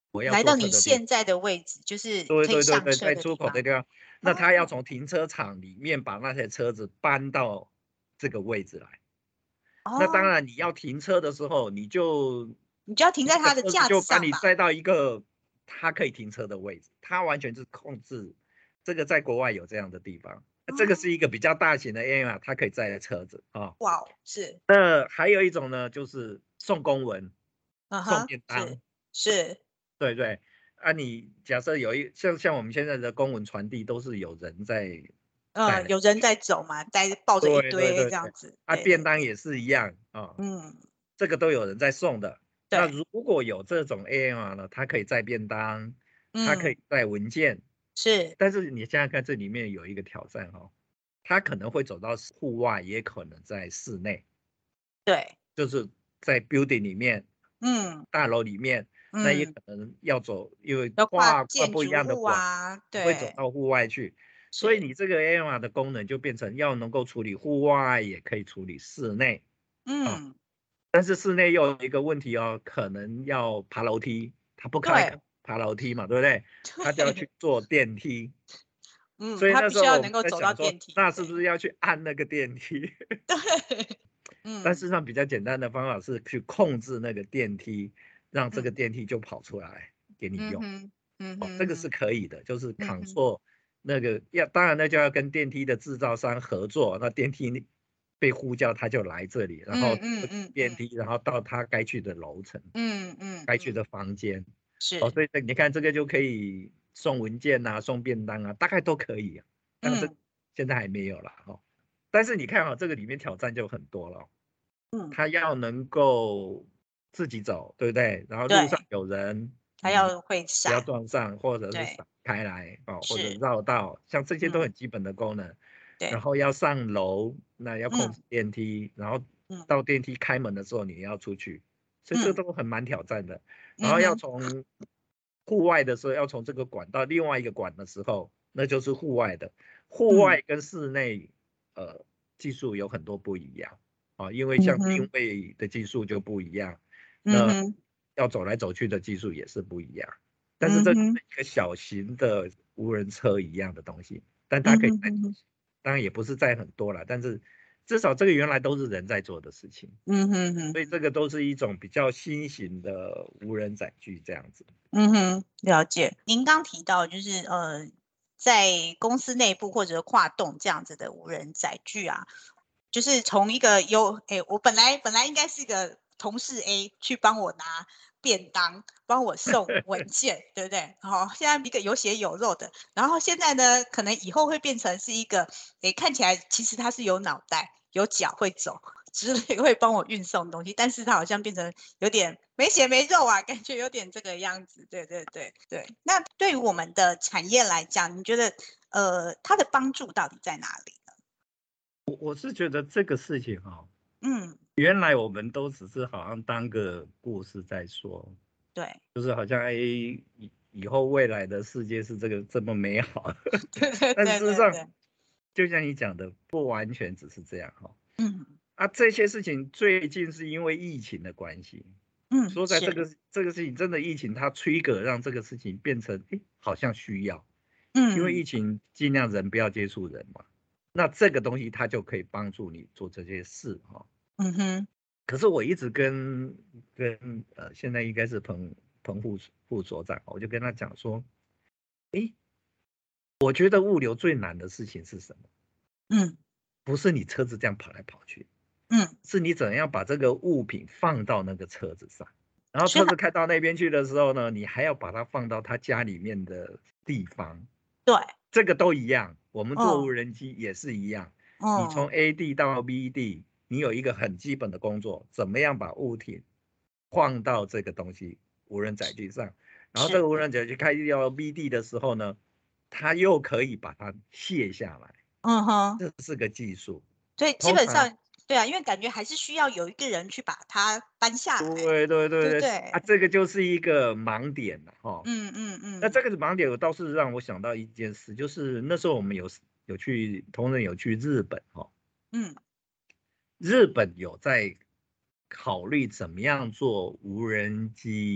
Speaker 2: 我要
Speaker 1: 来到你
Speaker 2: 坐车的地方。
Speaker 1: 现在的位置，就是
Speaker 2: 对
Speaker 1: 可以
Speaker 2: 对对对，
Speaker 1: 上车
Speaker 2: 在出
Speaker 1: 的地方。
Speaker 2: 口的地方，那他要
Speaker 1: 哦，
Speaker 2: 从停车场里面把那些车子搬到这个位置来。那当
Speaker 1: 哦，
Speaker 2: 然，你要停车的时候，你就
Speaker 1: 你就要停在
Speaker 2: 那个
Speaker 1: 它的架子
Speaker 2: 车子就把
Speaker 1: 上吧？
Speaker 2: 你载到一个他可以停车的位置，他完全是控制。这个在国外有这样的地方，这个是
Speaker 1: 哦，
Speaker 2: 一个比较大型的 A M R，它可以载的车子啊。
Speaker 1: 哇哦，是，
Speaker 2: 那还有一种呢，就是送公文、送
Speaker 1: 嗯哼，是
Speaker 2: 便当。
Speaker 1: 是，
Speaker 2: 对对。啊，你假设有一像像我们现在的公文传递都是有人在带
Speaker 1: 呃，
Speaker 2: 来。
Speaker 1: 有人在走嘛，带抱着一
Speaker 2: 对对
Speaker 1: 堆
Speaker 2: 对对。
Speaker 1: 这样子，
Speaker 2: 啊，
Speaker 1: 对对对，
Speaker 2: 便当也是一样啊，
Speaker 1: 嗯，
Speaker 2: 这个都有人在送的。那
Speaker 1: 对，
Speaker 2: 如果有这种 A M R 呢，它可以载便当，它可
Speaker 1: 嗯，
Speaker 2: 以载文件。
Speaker 1: 是，
Speaker 2: 但是你想想看，这里面有一个挑战哦，它可能会走到户外，也可能在室内，
Speaker 1: 对，
Speaker 2: 就是在 building 里面、
Speaker 1: 嗯
Speaker 2: 大楼里面，那也
Speaker 1: 嗯，
Speaker 2: 可能要走，因为
Speaker 1: 要跨
Speaker 2: 跨跨不一
Speaker 1: 建筑
Speaker 2: 样的管，
Speaker 1: 物啊，
Speaker 2: 会走
Speaker 1: 对，
Speaker 2: 到户外去。所以
Speaker 1: 是，
Speaker 2: 你这个 A M R 的功能就变成要能够处理户外，也可以处理室内啊。
Speaker 1: 嗯，
Speaker 2: 但是室内又有一个问题哦，可能要爬楼梯，它不开
Speaker 1: 对
Speaker 2: 爬楼梯嘛，对不对？他就要去
Speaker 1: 对，
Speaker 2: 坐电梯。
Speaker 1: 嗯，
Speaker 2: 所以
Speaker 1: 他必须
Speaker 2: 那时候我们
Speaker 1: 要能够走到
Speaker 2: 在想说，
Speaker 1: 电梯，
Speaker 2: 那是不
Speaker 1: 对
Speaker 2: 是要去按那个电梯？
Speaker 1: 对，
Speaker 2: 但事
Speaker 1: 嗯
Speaker 2: 实上比较简单的方法是去控制那个电梯，让这个
Speaker 1: 嗯
Speaker 2: 电梯就跑出来给你用。
Speaker 1: 嗯哼嗯
Speaker 2: 哦，这个是
Speaker 1: 哼嗯
Speaker 2: 可以的，就是
Speaker 1: 嗯哼
Speaker 2: control 那个要，当然那就要跟电梯的制造商合作，那电梯被呼叫他就来这里，然后
Speaker 1: 嗯嗯嗯嗯
Speaker 2: 电梯，然后到他该去的楼层、
Speaker 1: 嗯嗯嗯，
Speaker 2: 该去的房间。哦，
Speaker 1: 是，
Speaker 2: 所以你看这个就可以送文件啊、送便当啊，大概都可以啊。但是
Speaker 1: 嗯
Speaker 2: 现在还没有了哦。但是你看啊、这个里面挑战就很多了哦。
Speaker 1: 嗯，
Speaker 2: 他要能够自己走，对不对？然后路上
Speaker 1: 对，
Speaker 2: 有人，你
Speaker 1: 他要会
Speaker 2: 不要
Speaker 1: 闪，
Speaker 2: 撞上，或者是
Speaker 1: 对，
Speaker 2: 闪开来哦，或者
Speaker 1: 是，
Speaker 2: 绕道，像这些都
Speaker 1: 嗯
Speaker 2: 很基本的功能。然
Speaker 1: 对，
Speaker 2: 后要上楼，那要控
Speaker 1: 嗯
Speaker 2: 制电梯，然后
Speaker 1: 嗯
Speaker 2: 到电梯开门的时候你要出去，所以这
Speaker 1: 嗯
Speaker 2: 都很蛮挑战的。然后要
Speaker 1: 嗯哼
Speaker 2: 从户外的时候，要从这个管到另外一个管的时候，那就是户外的。户
Speaker 1: 嗯
Speaker 2: 外跟室内，呃，技术有很多不一样。啊，因为像定
Speaker 1: 嗯哼
Speaker 2: 位的技术就不一样，那
Speaker 1: 嗯哼
Speaker 2: 要走来走去的技术也是不一样。但是这是
Speaker 1: 嗯哼
Speaker 2: 一个小型的无人车一样的东西，但它
Speaker 1: 嗯
Speaker 2: 可以载，
Speaker 1: 哼嗯哼
Speaker 2: 当然也不是载很多了，但是至少这个原来都是人在做的事情，
Speaker 1: 嗯哼嗯哼
Speaker 2: 所以这个都是一种比较新型的无人载具这样子。
Speaker 1: 嗯哼，了解。您刚提到就是呃，在公司内部或者跨栋这样子的无人载具啊，就是从一个有诶，我本来本来应该是一个同事 A 去帮我拿便当，帮我送文件，对不对？好，现在一个有血有肉的，然后现在呢，可能以后会变成是一个诶，看起来其实他是有脑袋、有脚会走之类，会帮我运送东西，但是他好像变成有点没血没肉啊，感觉有点这个样子。对对对对。那对于我们的产业来讲，你觉得呃，它的帮助到底在哪里呢？
Speaker 2: 我我是觉得这个事情哈、哦，
Speaker 1: 嗯，
Speaker 2: 原来我们都只是好像当个故事在说，
Speaker 1: 对。
Speaker 2: 就是好像哎，以以后未来的世界是这个这么美好，
Speaker 1: 对对
Speaker 2: 但事实上，
Speaker 1: 对对对，
Speaker 2: 就像你讲的，不完全只是这样哈。
Speaker 1: 嗯
Speaker 2: 啊，这些事情最近是因为疫情的关系，
Speaker 1: 嗯，
Speaker 2: 说在这
Speaker 1: 是，
Speaker 2: 个这个事情真的疫情它 trigger 让这个事情变成哎好像需要，因为
Speaker 1: 嗯
Speaker 2: 疫情尽量人不要接触人嘛，那这个东西它就可以帮助你做这些事哈。
Speaker 1: 嗯哼，
Speaker 2: 可是我一直跟跟呃现在应该是彭彭副副所长，我就跟他讲说，哎，我觉得物流最难的事情是什么？
Speaker 1: 嗯
Speaker 2: 不是你车子这样跑来跑去，
Speaker 1: 嗯，
Speaker 2: 是你怎样把这个物品放到那个车子上，然后
Speaker 1: 所以它
Speaker 2: 车子开到那边去的时候呢，你还要把它放到他家里面的地方，
Speaker 1: 对，
Speaker 2: 这个都一样。我们做无
Speaker 1: 嗯
Speaker 2: 人机也是一样，你从
Speaker 1: 嗯
Speaker 2: A 地到 B 地，你有一个很基本的工作，怎么样把物体放到这个东西无人载具上，然后这
Speaker 1: 是，
Speaker 2: 个无人载具开到 B 地的时候呢，它又可以把它卸下来，
Speaker 1: 嗯哼，
Speaker 2: 这是个技术。
Speaker 1: 所以基
Speaker 2: 通常
Speaker 1: 本上对啊，因为感觉还是需要有一个人去把它搬下来，
Speaker 2: 对对
Speaker 1: 对不
Speaker 2: 对对啊，
Speaker 1: 对？
Speaker 2: 这个就是一个盲点了哈。
Speaker 1: 嗯嗯嗯
Speaker 2: 那这个盲点，我倒是让我想到一件事，就是那时候我们有有去同仁有去日本哈，
Speaker 1: 嗯
Speaker 2: 日本有在考虑怎么样做无人机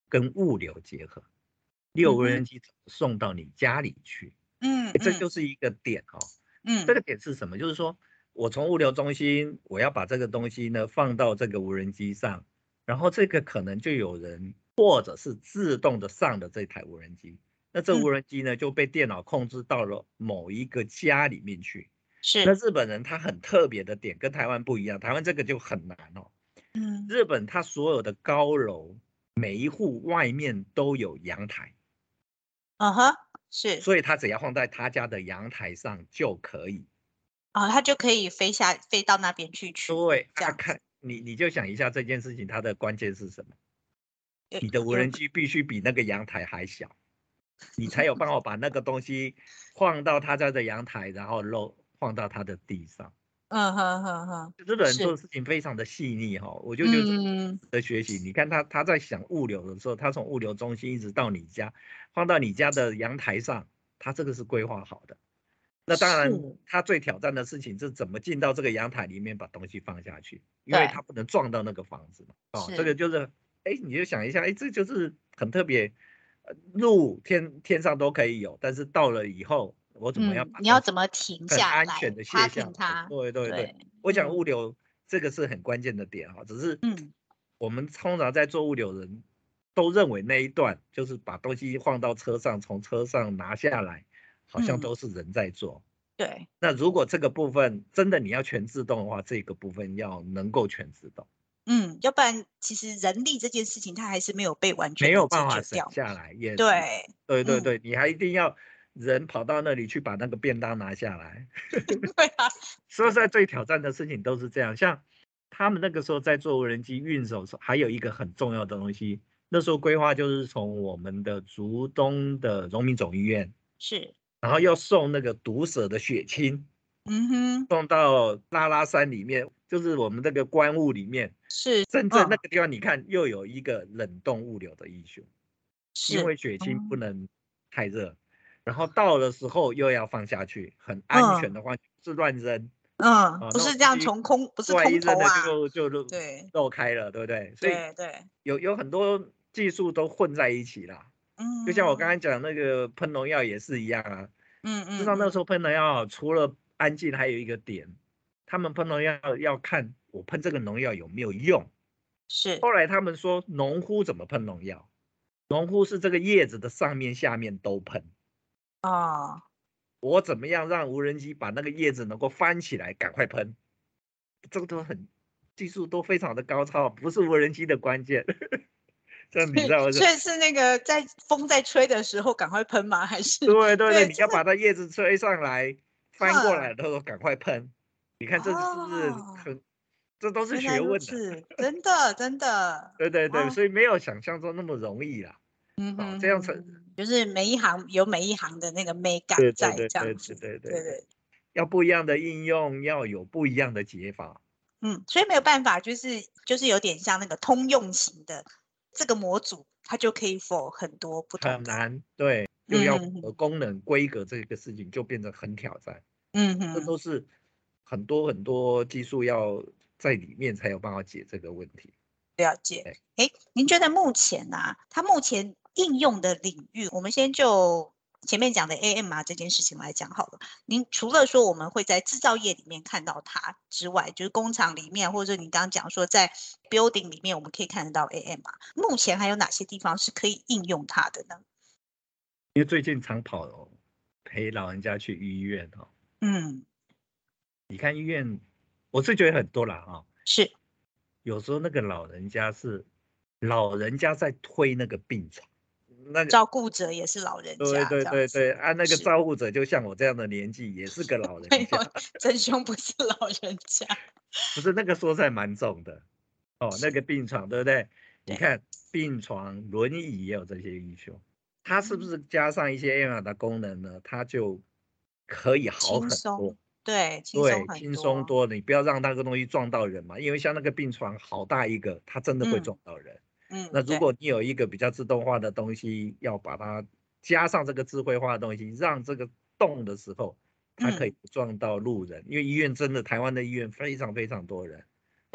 Speaker 2: 跟物流结合，你有无人机怎么送到你家里去？
Speaker 1: 嗯，
Speaker 2: 这就是一个点哦。
Speaker 1: 嗯，
Speaker 2: 这个点是什么？就是说我从物流中心，我要把这个东西呢放到这个无人机上，然后这个可能就有人或者是自动的上的这台无人机，那这无人机呢就被电脑控制到了某一个家里面去。
Speaker 1: 是。
Speaker 2: 那日本人他很特别的点跟台湾不一样，台湾这个就很难哦。
Speaker 1: 嗯，
Speaker 2: 日本它所有的高楼每一户外面都有阳台，
Speaker 1: 嗯哼，是。
Speaker 2: 所以他只要放在他家的阳台上就可以。
Speaker 1: 哦，它就可以飞下飞到那边去取，
Speaker 2: 对，
Speaker 1: 这样子。
Speaker 2: 他看你你就想一下这件事情，它的关键是什么？
Speaker 1: 有
Speaker 2: 你的无
Speaker 1: 有
Speaker 2: 人机必须比那个阳台还小，你才有办法把那个东西放到他家的阳台，然后漏放到他的地上。
Speaker 1: 嗯哼哼哼，
Speaker 2: 日本人做
Speaker 1: 是。
Speaker 2: 的事情非常的细腻哈，我就觉得
Speaker 1: 嗯，
Speaker 2: 的学习。你看他他在想物流的时候，他从物流中心一直到你家，放到你家的阳台上，他这个是规划好的。那当然，
Speaker 1: 是。
Speaker 2: 他最挑战的事情是怎么进到这个阳台里面把东西放下去，因为
Speaker 1: 对，
Speaker 2: 他不能撞到那个房子嘛。哦，这
Speaker 1: 是。
Speaker 2: 个就是，哎，你就想一下，哎，这就是很特别，呃路天天上都可以有，但是到了以后，我怎么样
Speaker 1: 嗯，
Speaker 2: 把东西
Speaker 1: 你要怎么停
Speaker 2: 很
Speaker 1: 下来
Speaker 2: 安全的卸下
Speaker 1: ，parking
Speaker 2: 来？
Speaker 1: 它？
Speaker 2: 对对对，
Speaker 1: 对。
Speaker 2: 我想物
Speaker 1: 嗯
Speaker 2: 流这个是很关键的点哈，只是
Speaker 1: 嗯
Speaker 2: 我们通常在做物流人都认为那一段就是把东西放到车上，从车上拿下来，好像
Speaker 1: 嗯，
Speaker 2: 都是人在做。
Speaker 1: 对。
Speaker 2: 那如果这个部分真的你要全自动的话，这个部分要能够全自动，
Speaker 1: 嗯，要不然其实人力这件事情它还是没有被完
Speaker 2: 没
Speaker 1: 全的解
Speaker 2: 有办法
Speaker 1: 决掉。
Speaker 2: 省下来也是。
Speaker 1: 对。嗯，
Speaker 2: 对对对，你还一定要人跑到那里去把那个便当拿下来。
Speaker 1: 对啊。
Speaker 2: 说实在，最挑战的事情都是这样。像他们那个时候在做无人机运手，还有一个很重要的东西，那时候规划就是从我们的竹东的荣民总医院，
Speaker 1: 是。
Speaker 2: 然后要送那个毒蛇的血清，
Speaker 1: 嗯哼。
Speaker 2: 送到拉拉山里面，就是我们这个关雾里面。
Speaker 1: 是。
Speaker 2: 深圳那
Speaker 1: 嗯，
Speaker 2: 个地方，你看又有一个冷冻物流的艺术，因
Speaker 1: 是。
Speaker 2: 为血清不
Speaker 1: 嗯
Speaker 2: 能太热，然后到的时候又要放下去，很安全
Speaker 1: 嗯
Speaker 2: 的话，不是乱扔
Speaker 1: 嗯，
Speaker 2: 啊，
Speaker 1: 不是这样
Speaker 2: 那种东西
Speaker 1: 从空，不是
Speaker 2: 对一
Speaker 1: 空投啊。
Speaker 2: 扔的就就漏
Speaker 1: 对
Speaker 2: 漏开了，对不对？所以
Speaker 1: 对对。
Speaker 2: 有有很多技术都混在一起啦。就像我刚才
Speaker 1: 嗯
Speaker 2: 讲那个喷农药也是一样啊，
Speaker 1: 嗯
Speaker 2: 知道那时
Speaker 1: 嗯嗯，
Speaker 2: 候喷农药除了安静，还有一个点，他们喷农药要看我喷这个农药有没有用。
Speaker 1: 是。
Speaker 2: 后来他们说农夫怎么喷农药？农夫是这个叶子的上面下面都喷。
Speaker 1: 哦，
Speaker 2: 我怎么样让无人机把那个叶子能够翻起来，赶快喷？这个都很技术都非常的高超，不是无人机的关键。这样你知道是？
Speaker 1: 所以是那个在风在吹的时候赶快喷吗？还是？
Speaker 2: 对对对，
Speaker 1: 对，
Speaker 2: 你
Speaker 1: 这个。
Speaker 2: 要把它叶子吹上来，翻过来
Speaker 1: 嗯。
Speaker 2: 的时候赶快喷。你看这是不是
Speaker 1: 哦，
Speaker 2: 很？这都是
Speaker 1: 原来
Speaker 2: 学问的。
Speaker 1: 如此，真的真的。
Speaker 2: 对对对，
Speaker 1: 哇。
Speaker 2: 所以没有想象中那么容易啦。哦，
Speaker 1: 嗯哼
Speaker 2: 这样成。
Speaker 1: 哼哼，就是每一行有每一行的那个美感
Speaker 2: 对对
Speaker 1: 在
Speaker 2: 对对
Speaker 1: 这样子。
Speaker 2: 对对对对，
Speaker 1: 对对。
Speaker 2: 要不一样的应用，要有不一样的解法。
Speaker 1: 嗯，所以没有办法，就是就是有点像那个通用型的这个模组，它就可以 for 很多不同的。
Speaker 2: 很难，对，就要符合
Speaker 1: 嗯哼哼。
Speaker 2: 功能规格这个事情就变得很挑战。这
Speaker 1: 嗯哼。
Speaker 2: 都是很多很多技术要在里面才有办法解这个问题。
Speaker 1: 了解。
Speaker 2: 对，
Speaker 1: 哎，您觉得目前呢、啊，它目前应用的领域，我们先就前面讲的 A M R 这件事情来讲好了。您除了说我们会在制造业里面看到它之外，就是工厂里面，或者你刚刚讲说在 building 里面，我们可以看得到 A M R。目前还有哪些地方是可以应用它的呢？
Speaker 2: 因为最近常跑哦陪老人家去医院哦，
Speaker 1: 嗯，
Speaker 2: 你看医院，我是觉得很多啦哈、哦，
Speaker 1: 是。
Speaker 2: 有时候那个老人家是老人家在推那个病床，那个
Speaker 1: 照顾者也是老人
Speaker 2: 对对
Speaker 1: 家这样子。
Speaker 2: 对对，啊，那个
Speaker 1: 是。
Speaker 2: 照顾者就像我这样的年纪，也是个老
Speaker 1: 没有，
Speaker 2: 人家。
Speaker 1: 真凶不是老人家。
Speaker 2: 不是那个说在蛮重的哦，那
Speaker 1: 是。
Speaker 2: 个病床对不对？你
Speaker 1: 对。
Speaker 2: 看病床、轮椅也有这些医修，它是不
Speaker 1: 嗯，
Speaker 2: 是加上一些 A R 的功能呢？它就可以好
Speaker 1: 轻
Speaker 2: 很多。
Speaker 1: 松。对，轻松
Speaker 2: 对，
Speaker 1: 很
Speaker 2: 轻松
Speaker 1: 多。
Speaker 2: 多，你不要让那个东西撞到人嘛，因为像那个病床好大一个，它真的会
Speaker 1: 嗯
Speaker 2: 撞到人。
Speaker 1: 嗯，
Speaker 2: 那如
Speaker 1: 对。
Speaker 2: 果你有一个比较自动化的东西，要把它加上这个智慧化的东西，让这个动的时候，它可以
Speaker 1: 嗯，
Speaker 2: 不撞到路人。因为医院真的，台湾的医院非常非常多人，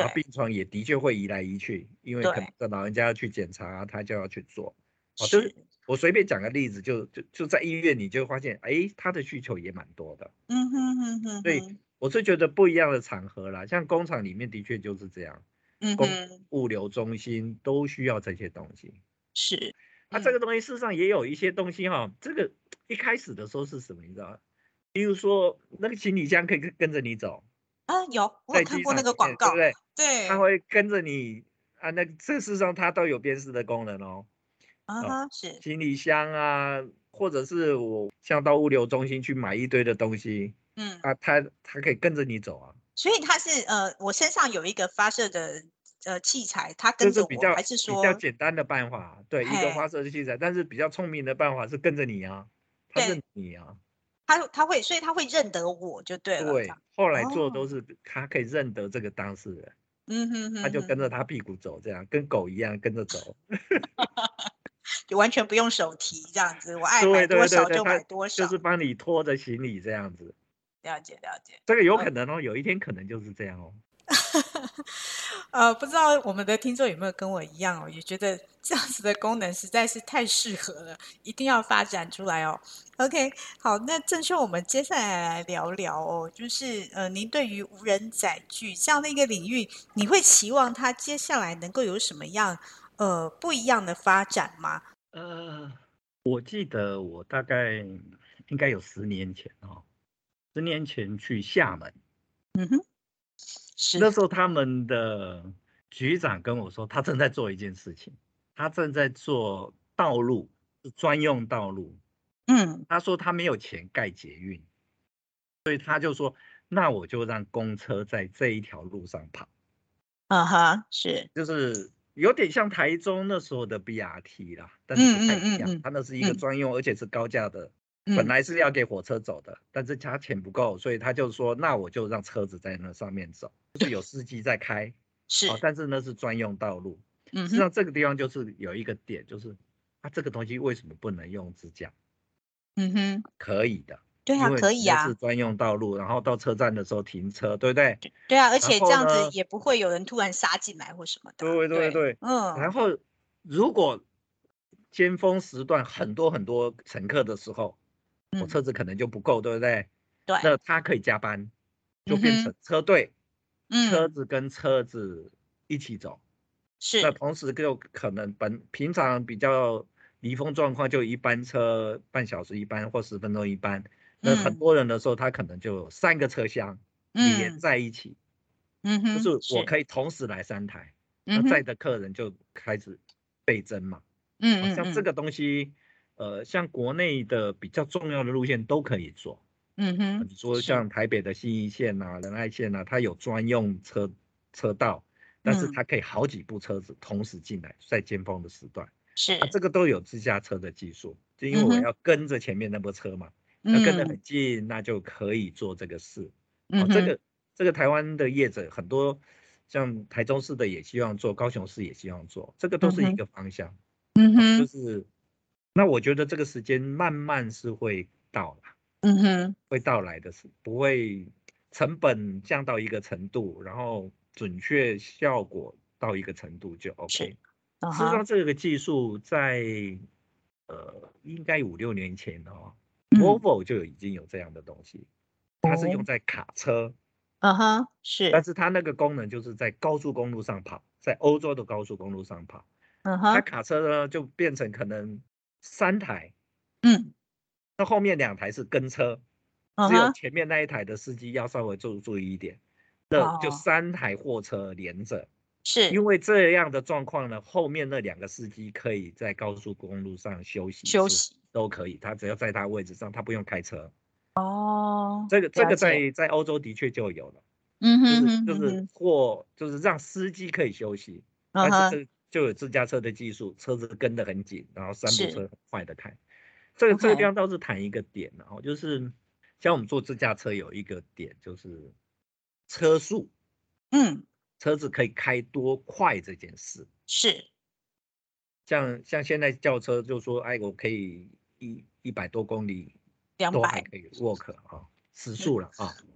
Speaker 2: 然后病床也的确会移来移去，因为可能
Speaker 1: 对，
Speaker 2: 老人家要去检查，他就要去做。哦，就是
Speaker 1: 是，
Speaker 2: 我随便讲个例子，就就就在医院，你就发现，哎，他的需求也蛮多的。
Speaker 1: 嗯哼哼哼
Speaker 2: 所以
Speaker 1: 哼，
Speaker 2: 我是觉得不一样的场合啦，像工厂里面的确就是这样，公
Speaker 1: 嗯哼，
Speaker 2: 物流中心都需要这些东西。
Speaker 1: 是，
Speaker 2: 啊，这
Speaker 1: 嗯，
Speaker 2: 个东西事实上也有一些东西哈，这个一开始的时候是什么，你知道吗？比如说那个行李箱可以跟跟着你走，
Speaker 1: 啊，有，我有
Speaker 2: 在
Speaker 1: 看过那个
Speaker 2: 机场里面，对不
Speaker 1: 广告，
Speaker 2: 对？它
Speaker 1: 对，
Speaker 2: 会跟着你啊，那这事实上它都有辨识的功能哦。哦，
Speaker 1: 啊哈，是，
Speaker 2: 行李箱啊，或者是我像到物流中心去买一堆的东西
Speaker 1: 嗯。
Speaker 2: 啊，它它可以跟着你走啊。
Speaker 1: 所以它是呃，我身上有一个发射的呃器材，它
Speaker 2: 这
Speaker 1: 跟着我，还
Speaker 2: 是比较比较
Speaker 1: 是说，
Speaker 2: 简单的办法，对，一个
Speaker 1: 嘿，
Speaker 2: 发射器材，但是比较聪明的办法是跟着你啊，它认
Speaker 1: 对，
Speaker 2: 你啊。
Speaker 1: 它它会，所以它会认得我就对了，这
Speaker 2: 对，
Speaker 1: 样。
Speaker 2: 后来做都
Speaker 1: 哦，
Speaker 2: 是他可以认得这个当事人，
Speaker 1: 嗯哼
Speaker 2: 他
Speaker 1: 哼哼哼，
Speaker 2: 就跟着他屁股走，这样跟狗一样跟着走。
Speaker 1: 就完全不用手提这样子，我爱买
Speaker 2: 对
Speaker 1: 多
Speaker 2: 对对对，他
Speaker 1: 少就买多
Speaker 2: 就是
Speaker 1: 少，
Speaker 2: 帮你拖着行李这样子。
Speaker 1: 了解了解。
Speaker 2: 这个有可
Speaker 1: 呃
Speaker 2: 能哦，有一天可能就是这样哦。
Speaker 1: 呃，不知道我们的听众有没有跟我一样哦，也觉得这样子的功能实在是太适合了，一定要发展出来哦。OK，好，那郑秀，我们接下来来聊聊哦，就是呃，您对于无人载具这样的一个领域，你会期望它接下来能够有什么样呃不一样的发展吗？
Speaker 2: 呃，我记得我大概应该有十年前哦，十年前去厦门，
Speaker 1: 嗯哼，是，
Speaker 2: 那时候他们的局长跟我说，他正在做一件事情，他正在做道路，是专用道路。
Speaker 1: 嗯，
Speaker 2: 他说他没有钱盖捷运，所以他就说，那我就让公车在这一条路上跑，
Speaker 1: 啊哈，是，
Speaker 2: 就是有点像台中那时候的 B R T 啦，但是不太
Speaker 1: 嗯嗯
Speaker 2: 一样。
Speaker 1: 嗯嗯
Speaker 2: 它那是一个
Speaker 1: 嗯
Speaker 2: 专用，而且是高架的，本
Speaker 1: 嗯，
Speaker 2: 来是要给火车走的，但是他钱不够，所以他就说，那我就让车子在那上面走，就是有司机在开。哦，
Speaker 1: 是，
Speaker 2: 但是那是专用道路。
Speaker 1: 嗯哼，
Speaker 2: 实际上这个地方就是有一个点，就是它这个东西为什么不能用支架？
Speaker 1: 嗯哼，
Speaker 2: 可以的，
Speaker 1: 对啊，
Speaker 2: 因为
Speaker 1: 可以啊。
Speaker 2: 那是专用道路，然后到车站的时候停车，对不对？
Speaker 1: 对啊，而
Speaker 2: 然
Speaker 1: 且这样子
Speaker 2: 后呢，
Speaker 1: 也不会有人突然杀进来或什么的啊。
Speaker 2: 对对
Speaker 1: 对，
Speaker 2: 对，然
Speaker 1: 嗯
Speaker 2: 后如果尖峰时段很多很多乘客的时候，我
Speaker 1: 嗯，
Speaker 2: 车子可能就不够，对不对？
Speaker 1: 对，
Speaker 2: 那他可以加班，就
Speaker 1: 嗯哼，
Speaker 2: 变成车队，车
Speaker 1: 嗯，
Speaker 2: 子跟车子一起走。那
Speaker 1: 是，
Speaker 2: 同时就可能本平常比较离峰状况，就一班车半小时一班或十分钟一班。那很
Speaker 1: 嗯
Speaker 2: 多人的时候，他可能就有三个车厢连
Speaker 1: 嗯
Speaker 2: 在一起，就
Speaker 1: 嗯哼，
Speaker 2: 是我
Speaker 1: 是，
Speaker 2: 可以同时来三台，那
Speaker 1: 嗯哼，
Speaker 2: 载的客人就开始倍增嘛。好
Speaker 1: 嗯嗯嗯
Speaker 2: 像这个东西，呃，像国内的比较重要的路线都可以做。
Speaker 1: 嗯哼，
Speaker 2: 呃你说
Speaker 1: 是，
Speaker 2: 像台北的信义线呐、仁爱线呐、它有专用车车道，但是
Speaker 1: 嗯
Speaker 2: 它可以好几部车子同时进来，在尖峰的时段。啊，
Speaker 1: 是，
Speaker 2: 这个都有自驾车的技术，就因为
Speaker 1: 嗯哼，
Speaker 2: 我要跟着前面那波车嘛，要跟得
Speaker 1: 嗯
Speaker 2: 很近，那就可以做这个事。哦，这
Speaker 1: 嗯哼，
Speaker 2: 个这个台湾的业者很多，像台中市的也希望做，高雄市也希望做，这个都是一
Speaker 1: 嗯哼，
Speaker 2: 个方向。哦，就
Speaker 1: 嗯哼，
Speaker 2: 是那我觉得这个时间慢慢是会到啦，
Speaker 1: 嗯哼，
Speaker 2: 会到来的是不会成本降到一个程度，然后准确效果到一个程度就
Speaker 1: 是，
Speaker 2: OK。
Speaker 1: 嗯哼，
Speaker 2: 事实上，这个技术在呃应该五六年前哦
Speaker 1: 嗯，
Speaker 2: ，Volvo 就已经有这样的东西，它是
Speaker 1: 哦，
Speaker 2: 用在卡车，
Speaker 1: 嗯哼，是，
Speaker 2: 但是它那个功能就是在高速公路上跑，在欧洲的高速公路上跑，它
Speaker 1: 嗯哼，
Speaker 2: 卡车呢就变成可能三台，
Speaker 1: 嗯，
Speaker 2: 那后面两台是跟车，只有
Speaker 1: 嗯哼，
Speaker 2: 前面那一台的司机要稍微注注意一点，那就
Speaker 1: 哦，
Speaker 2: 三台货车连着。因
Speaker 1: 是，
Speaker 2: 为这样的状况呢，后面那两个司机可以在高速公路上休息是
Speaker 1: 休息，
Speaker 2: 都可以，他只要在他位置上，他不用开车。
Speaker 1: 哦，
Speaker 2: 这个这个
Speaker 1: 了解，
Speaker 2: 在在欧洲的确就有了，
Speaker 1: 嗯哼
Speaker 2: 就是就是
Speaker 1: 哼哼哼，
Speaker 2: 或就是让司机可以休息，
Speaker 1: 嗯哼，
Speaker 2: 但是这就有自驾车的技术，车子跟得很紧，然后三部
Speaker 1: 是
Speaker 2: 车很快的开。这个这个地
Speaker 1: ，OK，
Speaker 2: 方倒是谈一个点，然后就是像我们坐自驾车有一个点就是车速，
Speaker 1: 嗯，
Speaker 2: 车子可以开多快这件事。
Speaker 1: 是，
Speaker 2: 像像现在轿车就说，哎，我可以一一百多公里
Speaker 1: 两百，
Speaker 2: 都还可以 work 啊，时速
Speaker 1: 嗯
Speaker 2: 了啊。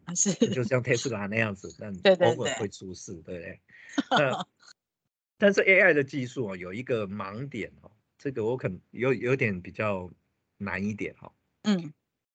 Speaker 1: 是，
Speaker 2: 就像特斯拉那样子，但
Speaker 1: 对对
Speaker 2: 偶尔
Speaker 1: 对，
Speaker 2: 会出事，对不对？那但是 A I 的技术哦，有一个盲点哦，这个我可能有有点比较难一点哦。
Speaker 1: 嗯，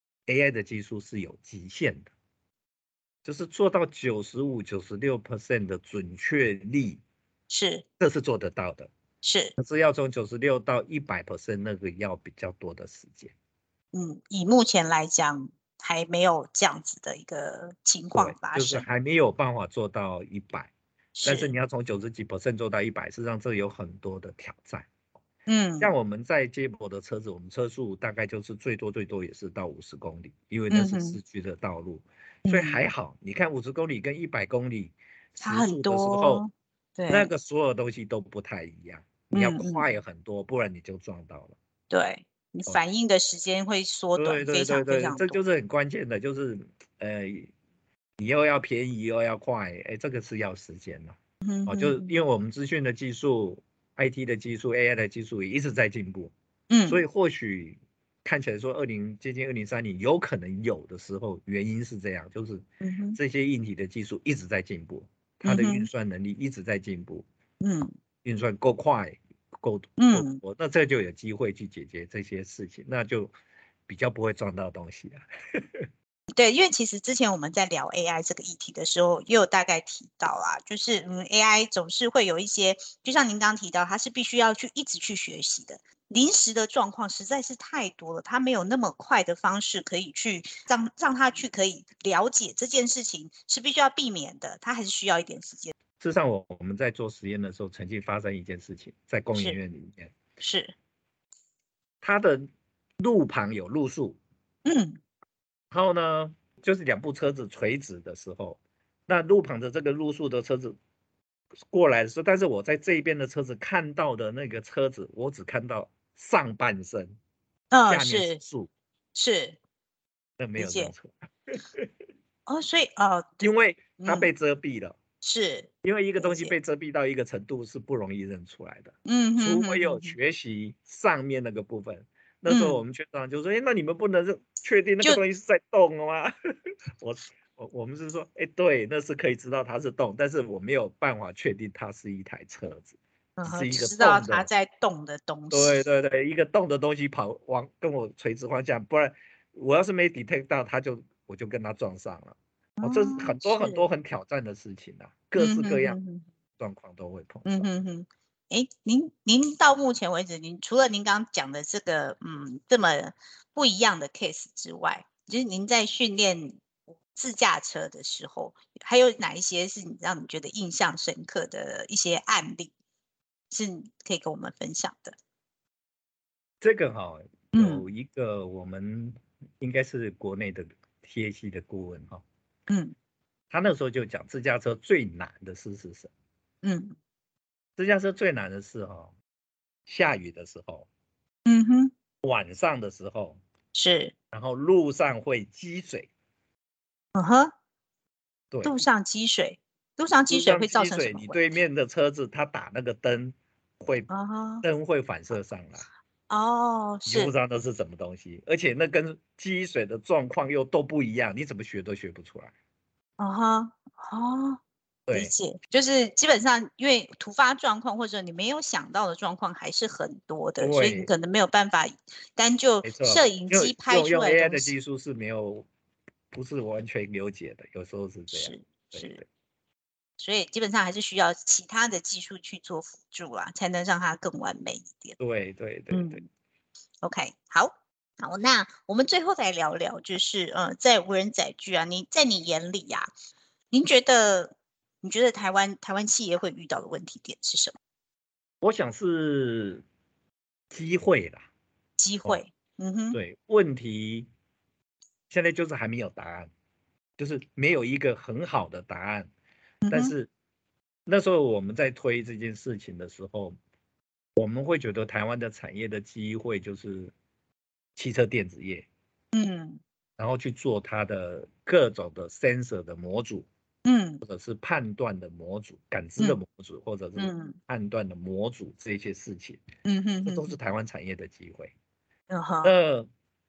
Speaker 2: A I 的技术是有极限的，就是做到九十五、九十六 percent 的准确率，
Speaker 1: 是
Speaker 2: 这是做得到的。
Speaker 1: 是，
Speaker 2: 可是要从九十六到一百 percent 那个要比较多的时间。
Speaker 1: 嗯，以目前来讲还没有这样子的一个情况
Speaker 2: 对，
Speaker 1: 发生，
Speaker 2: 就是还没有办法做到一百，但是
Speaker 1: 是，
Speaker 2: 你要从九十几 percent 做到一百，实际上这有很多的挑战。像
Speaker 1: 嗯
Speaker 2: 我们在接驳的车子，我们车速大概就是最多最多也是到五十公里，因为那是
Speaker 1: 嗯哼，
Speaker 2: 市区的道路，所以
Speaker 1: 嗯，
Speaker 2: 还好。你看五十公里跟一百公里
Speaker 1: 差很
Speaker 2: 时速的时候，
Speaker 1: 多，对，
Speaker 2: 那个所有东西都不太一样，你要
Speaker 1: 嗯嗯，
Speaker 2: 快很多，不然你就撞到了。
Speaker 1: 对，你
Speaker 2: 哦，
Speaker 1: 反应的时间会缩短
Speaker 2: 对
Speaker 1: 非常非
Speaker 2: 对对对，
Speaker 1: 常多，
Speaker 2: 这就是很关键的，就是呃，你又要便宜又要快，哎，这个是要时间的。哦，
Speaker 1: 嗯哼
Speaker 2: 就是因为
Speaker 1: 哼，
Speaker 2: 我们资讯的技术、I T 的技术、A I 的技术也一直在进步，所
Speaker 1: 嗯
Speaker 2: 以或许看起来说二零接近二零三零有可能有的时候，原因是这样，就是
Speaker 1: 嗯哼，
Speaker 2: 这些硬体的技术一直在进步，它的运
Speaker 1: 嗯哼，
Speaker 2: 算能力一直在进步，
Speaker 1: 嗯
Speaker 2: 运算够快、够够
Speaker 1: 嗯。
Speaker 2: 多，那这就有机会去解决这些事情，那就比较不会撞到东西啊。
Speaker 1: 对，因为其实之前我们在聊 A I 这个议题的时候，也有大概提到啦，就是嗯，A I 总是会有一些，就像您刚刚提到，它是必须要去一直去学习的。临时的状况实在是太多了，它没有那么快的方式可以去让让它去可以了解这件事情是必须要避免的，它还是需要一点时间。
Speaker 2: 事实上，我我们在做实验的时候，曾经发生一件事情，在工研
Speaker 1: 是
Speaker 2: 院里面，
Speaker 1: 是，
Speaker 2: 它的路旁有路树，
Speaker 1: 嗯
Speaker 2: 然后呢，就是两部车子垂直的时候，那路旁的这个路树的车子过来的时候，但是我在这边的车子看到的那个车子，我只看到上半身，
Speaker 1: 嗯，
Speaker 2: 下面是
Speaker 1: 是
Speaker 2: 树，
Speaker 1: 是，
Speaker 2: 那没
Speaker 1: 理解。
Speaker 2: 有人车，
Speaker 1: 哦，所以哦，对，
Speaker 2: 因为它
Speaker 1: 嗯，
Speaker 2: 被遮蔽了。
Speaker 1: 是
Speaker 2: 因为一个
Speaker 1: 了解，
Speaker 2: 东西被遮蔽到一个程度是不容易认出来的，
Speaker 1: 嗯哼
Speaker 2: 除非有
Speaker 1: 哼哼哼，
Speaker 2: 学习上面那个部分。那时候我
Speaker 1: 嗯，
Speaker 2: 们学长就说：“哎，那你们不能认确定那个
Speaker 1: 就
Speaker 2: 东西是在动了吗？”我我我们是说：“哎，对，那是可以知道它是动，但是我没有办法确定它是一台车子，
Speaker 1: 嗯哼，
Speaker 2: 只是一个
Speaker 1: 只知道
Speaker 2: 动的。”
Speaker 1: 它在动的东西。
Speaker 2: 对对对，一个动的东西跑往跟我垂直方向，不然我要是没 detect 到，它就我就跟它撞上了。哦，这是
Speaker 1: 哦，
Speaker 2: 很多很多
Speaker 1: 是，
Speaker 2: 很挑战的事情啊，各
Speaker 1: 嗯
Speaker 2: 式各样
Speaker 1: 哼哼哼，
Speaker 2: 状况都会碰到。
Speaker 1: 嗯哼哼。诶，您您到目前为止，您除了您刚刚讲的这个嗯这么不一样的 case 之外，就是您在训练自驾车的时候，还有哪一些是你让你觉得印象深刻的一些案例，是你可以跟我们分享的？
Speaker 2: 这个哈、
Speaker 1: 嗯
Speaker 2: 有一个我们应该是国内的 T A C 的顾问哈、
Speaker 1: 嗯
Speaker 2: 他那时候就讲自驾车最难的事是什么？
Speaker 1: 嗯
Speaker 2: 自驾车最难的是哈、下雨的时候，
Speaker 1: 嗯哼，
Speaker 2: 晚上的时候，
Speaker 1: 是，
Speaker 2: 然后路上会积水，
Speaker 1: 嗯哼，
Speaker 2: 对，
Speaker 1: 路上积水，路上积
Speaker 2: 路上
Speaker 1: 水会造
Speaker 2: 积水，
Speaker 1: 成什么问题？
Speaker 2: 你对面的车子它打那个灯会
Speaker 1: 啊哈，
Speaker 2: 灯会反射上来，
Speaker 1: 哦，
Speaker 2: 你就不
Speaker 1: 是，
Speaker 2: 知道那是什么东西，而且那跟积水的状况又都不一样，你怎么学都学不出来。
Speaker 1: 啊哈，哦，理
Speaker 2: 对
Speaker 1: 解，就是基本上因为突发状况或者你没有想到的状况还是很多的，所以你
Speaker 2: 对，
Speaker 1: 可能没有办法单就
Speaker 2: 没错，
Speaker 1: 摄影
Speaker 2: 因
Speaker 1: 机拍出
Speaker 2: 为用用
Speaker 1: 来的
Speaker 2: A I
Speaker 1: 东西，
Speaker 2: 的技术是没有，不是完全了解的，有时候是这样。
Speaker 1: 是是，
Speaker 2: 对对
Speaker 1: 所以基本上还是需要其他的技术去做辅助啦，才能让它更完美一点。
Speaker 2: 对对对对，
Speaker 1: 嗯，OK，好。好，那我们最后再聊聊，就是呃，在无人载具啊，你在你眼里呀、您觉得你觉得台湾台湾企业会遇到的问题点是什么？
Speaker 2: 我想是机会啦。哦，
Speaker 1: 机会，嗯哼，
Speaker 2: 对，问题现在就是还没有答案，就是没有一个很好的答案。
Speaker 1: 嗯哼，
Speaker 2: 但是那时候我们在推这件事情的时候，我们会觉得台湾的产业的机会就是汽车电子业，
Speaker 1: 嗯
Speaker 2: 然后去做它的各种的 sensor 的模组，
Speaker 1: 嗯
Speaker 2: 或者是判断的模组、感知的
Speaker 1: 嗯
Speaker 2: 模组，或者是
Speaker 1: 嗯
Speaker 2: 判断的模组这些事情，
Speaker 1: 嗯哼
Speaker 2: 这都是
Speaker 1: 哼哼，
Speaker 2: 台湾产业的机会。
Speaker 1: 嗯哼，
Speaker 2: 那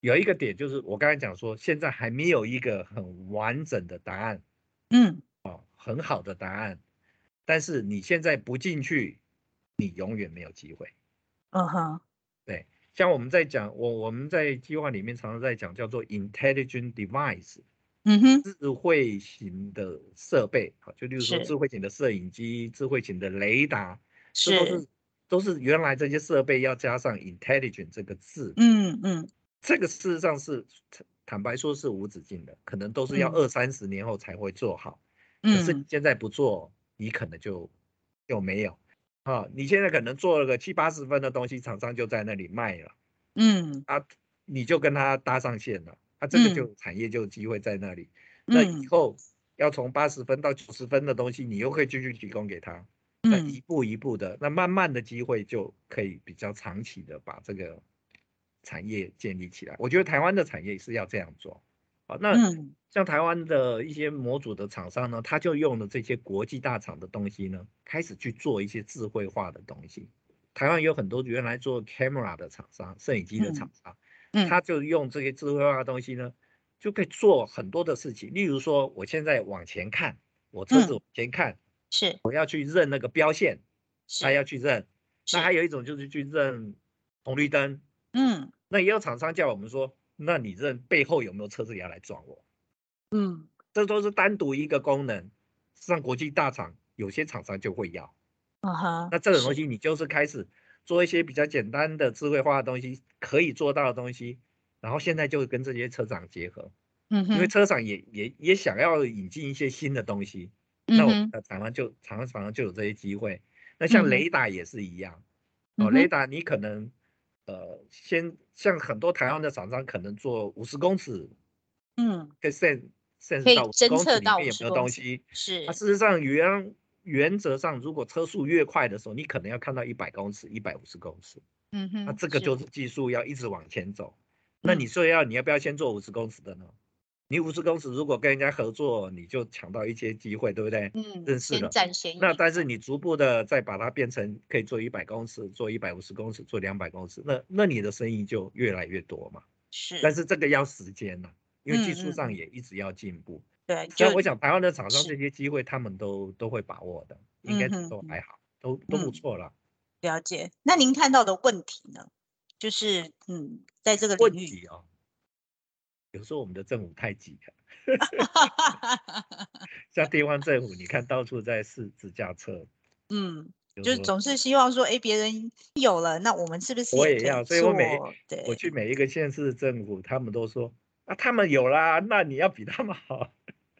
Speaker 2: 有一个点就是我刚才讲说，现在还没有一个很完整的答案，
Speaker 1: 嗯，
Speaker 2: 哦，很好的答案，但是你现在不进去，你永远没有机会。
Speaker 1: 嗯哼，
Speaker 2: 对，像我们在讲，我我们在计划里面常常在讲叫做 intelligent device，
Speaker 1: 嗯哼，
Speaker 2: 智慧型的设备，好，就例如说
Speaker 1: 是
Speaker 2: 智慧型的摄影机、智慧型的雷达，这都
Speaker 1: 是，
Speaker 2: 是都是原来这些设备要加上 intelligent 这个字，
Speaker 1: 嗯嗯
Speaker 2: 这个事实上是坦白说是无止境的，可能都是要
Speaker 1: 嗯
Speaker 2: 二三十年后才会做好。可是你
Speaker 1: 嗯
Speaker 2: 现在不做，你可能就就没有。啊，你现在可能做了个七八十分的东西，厂商就在那里卖了
Speaker 1: 嗯
Speaker 2: 啊，你就跟他搭上线了，啊，这个
Speaker 1: 嗯
Speaker 2: 就产业就有机会在那里。那以
Speaker 1: 嗯
Speaker 2: 后要从八十分到九十分的东西，你又可以继续提供给他，那
Speaker 1: 嗯
Speaker 2: 一步一步的，那慢慢的机会就可以比较长期的把这个产业建立起来。我觉得台湾的产业是要这样做。好，那
Speaker 1: 嗯
Speaker 2: 像台湾的一些模组的厂商呢，他就用了这些国际大厂的东西呢，开始去做一些智慧化的东西。台湾有很多原来做 camera 的厂商、摄影机的厂
Speaker 1: 嗯
Speaker 2: 商，他
Speaker 1: 嗯
Speaker 2: 就用这些智慧化的东西呢，就可以做很多的事情。例如说，我现在往前看，我车子
Speaker 1: 嗯，
Speaker 2: 往前看，
Speaker 1: 是
Speaker 2: 我要去认那个标线，他
Speaker 1: 是
Speaker 2: 要去认。那还
Speaker 1: 是，
Speaker 2: 有一种就是去认红绿灯。
Speaker 1: 嗯
Speaker 2: 那也有厂商叫我们说，那你认背后有没有车子要来撞我？
Speaker 1: 嗯
Speaker 2: 这都是单独一个功能，像国际大厂有些厂商就会要。
Speaker 1: 嗯哼，
Speaker 2: 那这种东
Speaker 1: 是，
Speaker 2: 西你就是开始做一些比较简单的智慧化的东西，可以做到的东西，然后现在就跟这些车厂结合，因为
Speaker 1: 嗯哼
Speaker 2: 车厂也也也想要引进一些新的东西，那我们
Speaker 1: 嗯哼
Speaker 2: 的厂商就厂商就有这些机会。那像
Speaker 1: 嗯哼
Speaker 2: 雷达也是一样，哦，雷
Speaker 1: 嗯哼
Speaker 2: 达你可能呃先像很多台湾的厂商可能做五十公尺，
Speaker 1: 嗯，
Speaker 2: 可以 sense
Speaker 1: 可
Speaker 2: sense
Speaker 1: 以
Speaker 2: 到五十
Speaker 1: 侦测到五
Speaker 2: 公尺里面有没有
Speaker 1: 十公尺，
Speaker 2: 东西。那、
Speaker 1: 是，
Speaker 2: 事实上原原则上，如果车速越快的时候，你可能要看到一百公尺、一百五十公尺。那
Speaker 1: 嗯哼，
Speaker 2: 这个就是是技术要一直往前走。那你
Speaker 1: 嗯
Speaker 2: 说要你要不要先做五十公尺的呢？你五十公尺如果跟人家合作，你就抢到一些机会，对不对？
Speaker 1: 嗯，
Speaker 2: 认识了。
Speaker 1: 先占先
Speaker 2: 那
Speaker 1: 赢这样，
Speaker 2: 但是你逐步的再把它变成可以做一百公尺、做一百五十公尺、做两百公尺，那那你的生意就越来越多嘛。但
Speaker 1: 是，
Speaker 2: 是这个要时间呐、因为技术
Speaker 1: 嗯嗯嗯，
Speaker 2: 上也一直要进步。
Speaker 1: 对，就
Speaker 2: 所以我想台湾的厂商这
Speaker 1: 是，
Speaker 2: 些机会他们都都会把握的，应
Speaker 1: 嗯
Speaker 2: 该
Speaker 1: 哼嗯
Speaker 2: 都还好，都都不
Speaker 1: 嗯，
Speaker 2: 错了。
Speaker 1: 了解。那您看到的问题呢？就是嗯，在这个领域，
Speaker 2: 问题哦，有时候我们的政府太急了，像地方政府，你看到处在试自驾车，
Speaker 1: 嗯，
Speaker 2: 就是说
Speaker 1: 就是总是希望说，哎，别人有了，那我们是不是也可以
Speaker 2: 我也要，所以我每
Speaker 1: 做？对，
Speaker 2: 我去每一个县市政府，他们都说啊，他们有啦，那你要比他们好。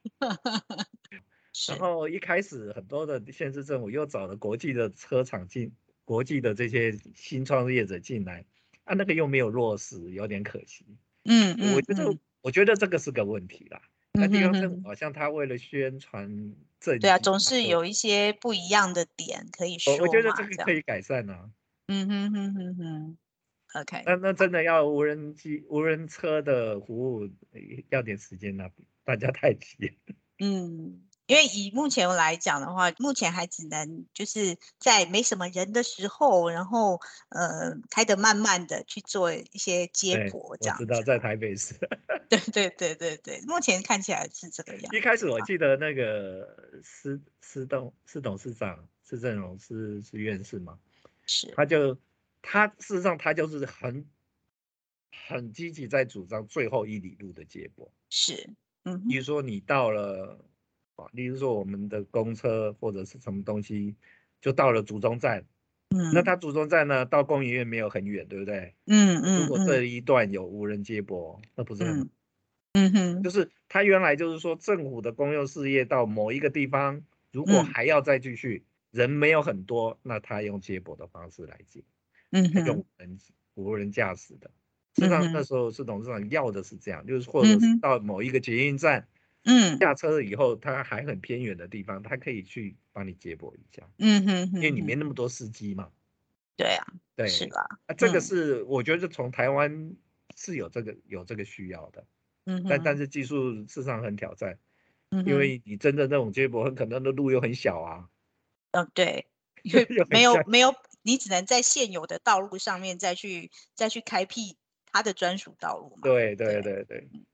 Speaker 2: 然
Speaker 1: 是，
Speaker 2: 后一开始很多的县市政府又找了国际的车厂进，国际的这些新创业者进来，啊，那个又没有落实，有点可惜。
Speaker 1: 嗯
Speaker 2: 我觉得
Speaker 1: 嗯嗯
Speaker 2: 我觉得这个是个问题啦。那
Speaker 1: 嗯
Speaker 2: 地方政府
Speaker 1: 哼哼。
Speaker 2: 好像他为了宣传政
Speaker 1: 对啊，
Speaker 2: 绩，
Speaker 1: 总
Speaker 2: 他都
Speaker 1: 是有一些不一样的点可以
Speaker 2: 我我觉得这
Speaker 1: 说嘛，这样。
Speaker 2: 个可以改善啊。
Speaker 1: 嗯哼哼哼哼，OK，
Speaker 2: 那那真的要无人机、无人车的服务，要点时间啊，大家太急。
Speaker 1: 嗯，因为以目前来讲的话，目前还只能就是在没什么人的时候，然后呃开得慢慢的去做一些接
Speaker 2: 对，
Speaker 1: 驳这
Speaker 2: 我知道在
Speaker 1: 样子啦。
Speaker 2: 台北市。
Speaker 1: 对对对对对，目前看起来是这个样
Speaker 2: 一开始我
Speaker 1: 啊，
Speaker 2: 记得那个施施董施董事长施正荣是是院士嘛，
Speaker 1: 是
Speaker 2: 他就他事实上他就是很很积极在主张最后一里路的接驳。
Speaker 1: 是，嗯哼，
Speaker 2: 比如说你到了啊，例如说我们的公车或者是什么东西，就到了竹中站，那
Speaker 1: 嗯
Speaker 2: 它竹中站呢到工研院没有很远，对不对？
Speaker 1: 嗯
Speaker 2: 如果这
Speaker 1: 嗯嗯
Speaker 2: 一段有无人接驳，那不是很
Speaker 1: 嗯嗯哼
Speaker 2: 就是他原来就是说政府的公用事业到某一个地方，如果
Speaker 1: 嗯
Speaker 2: 还要再继续，人没有很多，那他用接驳的方式来接，他用
Speaker 1: 嗯哼
Speaker 2: 无人无人驾驶的。事实
Speaker 1: 嗯哼
Speaker 2: 上那时候是董事长要的是这样，就是或者是
Speaker 1: 嗯哼
Speaker 2: 到某一个捷运站
Speaker 1: 嗯
Speaker 2: 下车了以后，他还很偏远的地方，他可以去帮你接驳一下，
Speaker 1: 嗯哼哼
Speaker 2: 因为你没
Speaker 1: 哼，
Speaker 2: 那么多司机嘛。
Speaker 1: 对啊，是
Speaker 2: 对，
Speaker 1: 啦，
Speaker 2: 啊，这个
Speaker 1: 嗯
Speaker 2: 是我觉得从台湾是有这个有这个需要的。但但
Speaker 1: 嗯哼
Speaker 2: 是技术事实上很挑战，
Speaker 1: 嗯哼。
Speaker 2: 因为你真的那种接驳，很可能的路又很小啊，
Speaker 1: 嗯，对，因为没
Speaker 2: 又很像。
Speaker 1: 有没有，你只能在现有的道路上面再去再去开辟它的专属道路嘛。
Speaker 2: 对对对对。
Speaker 1: 嗯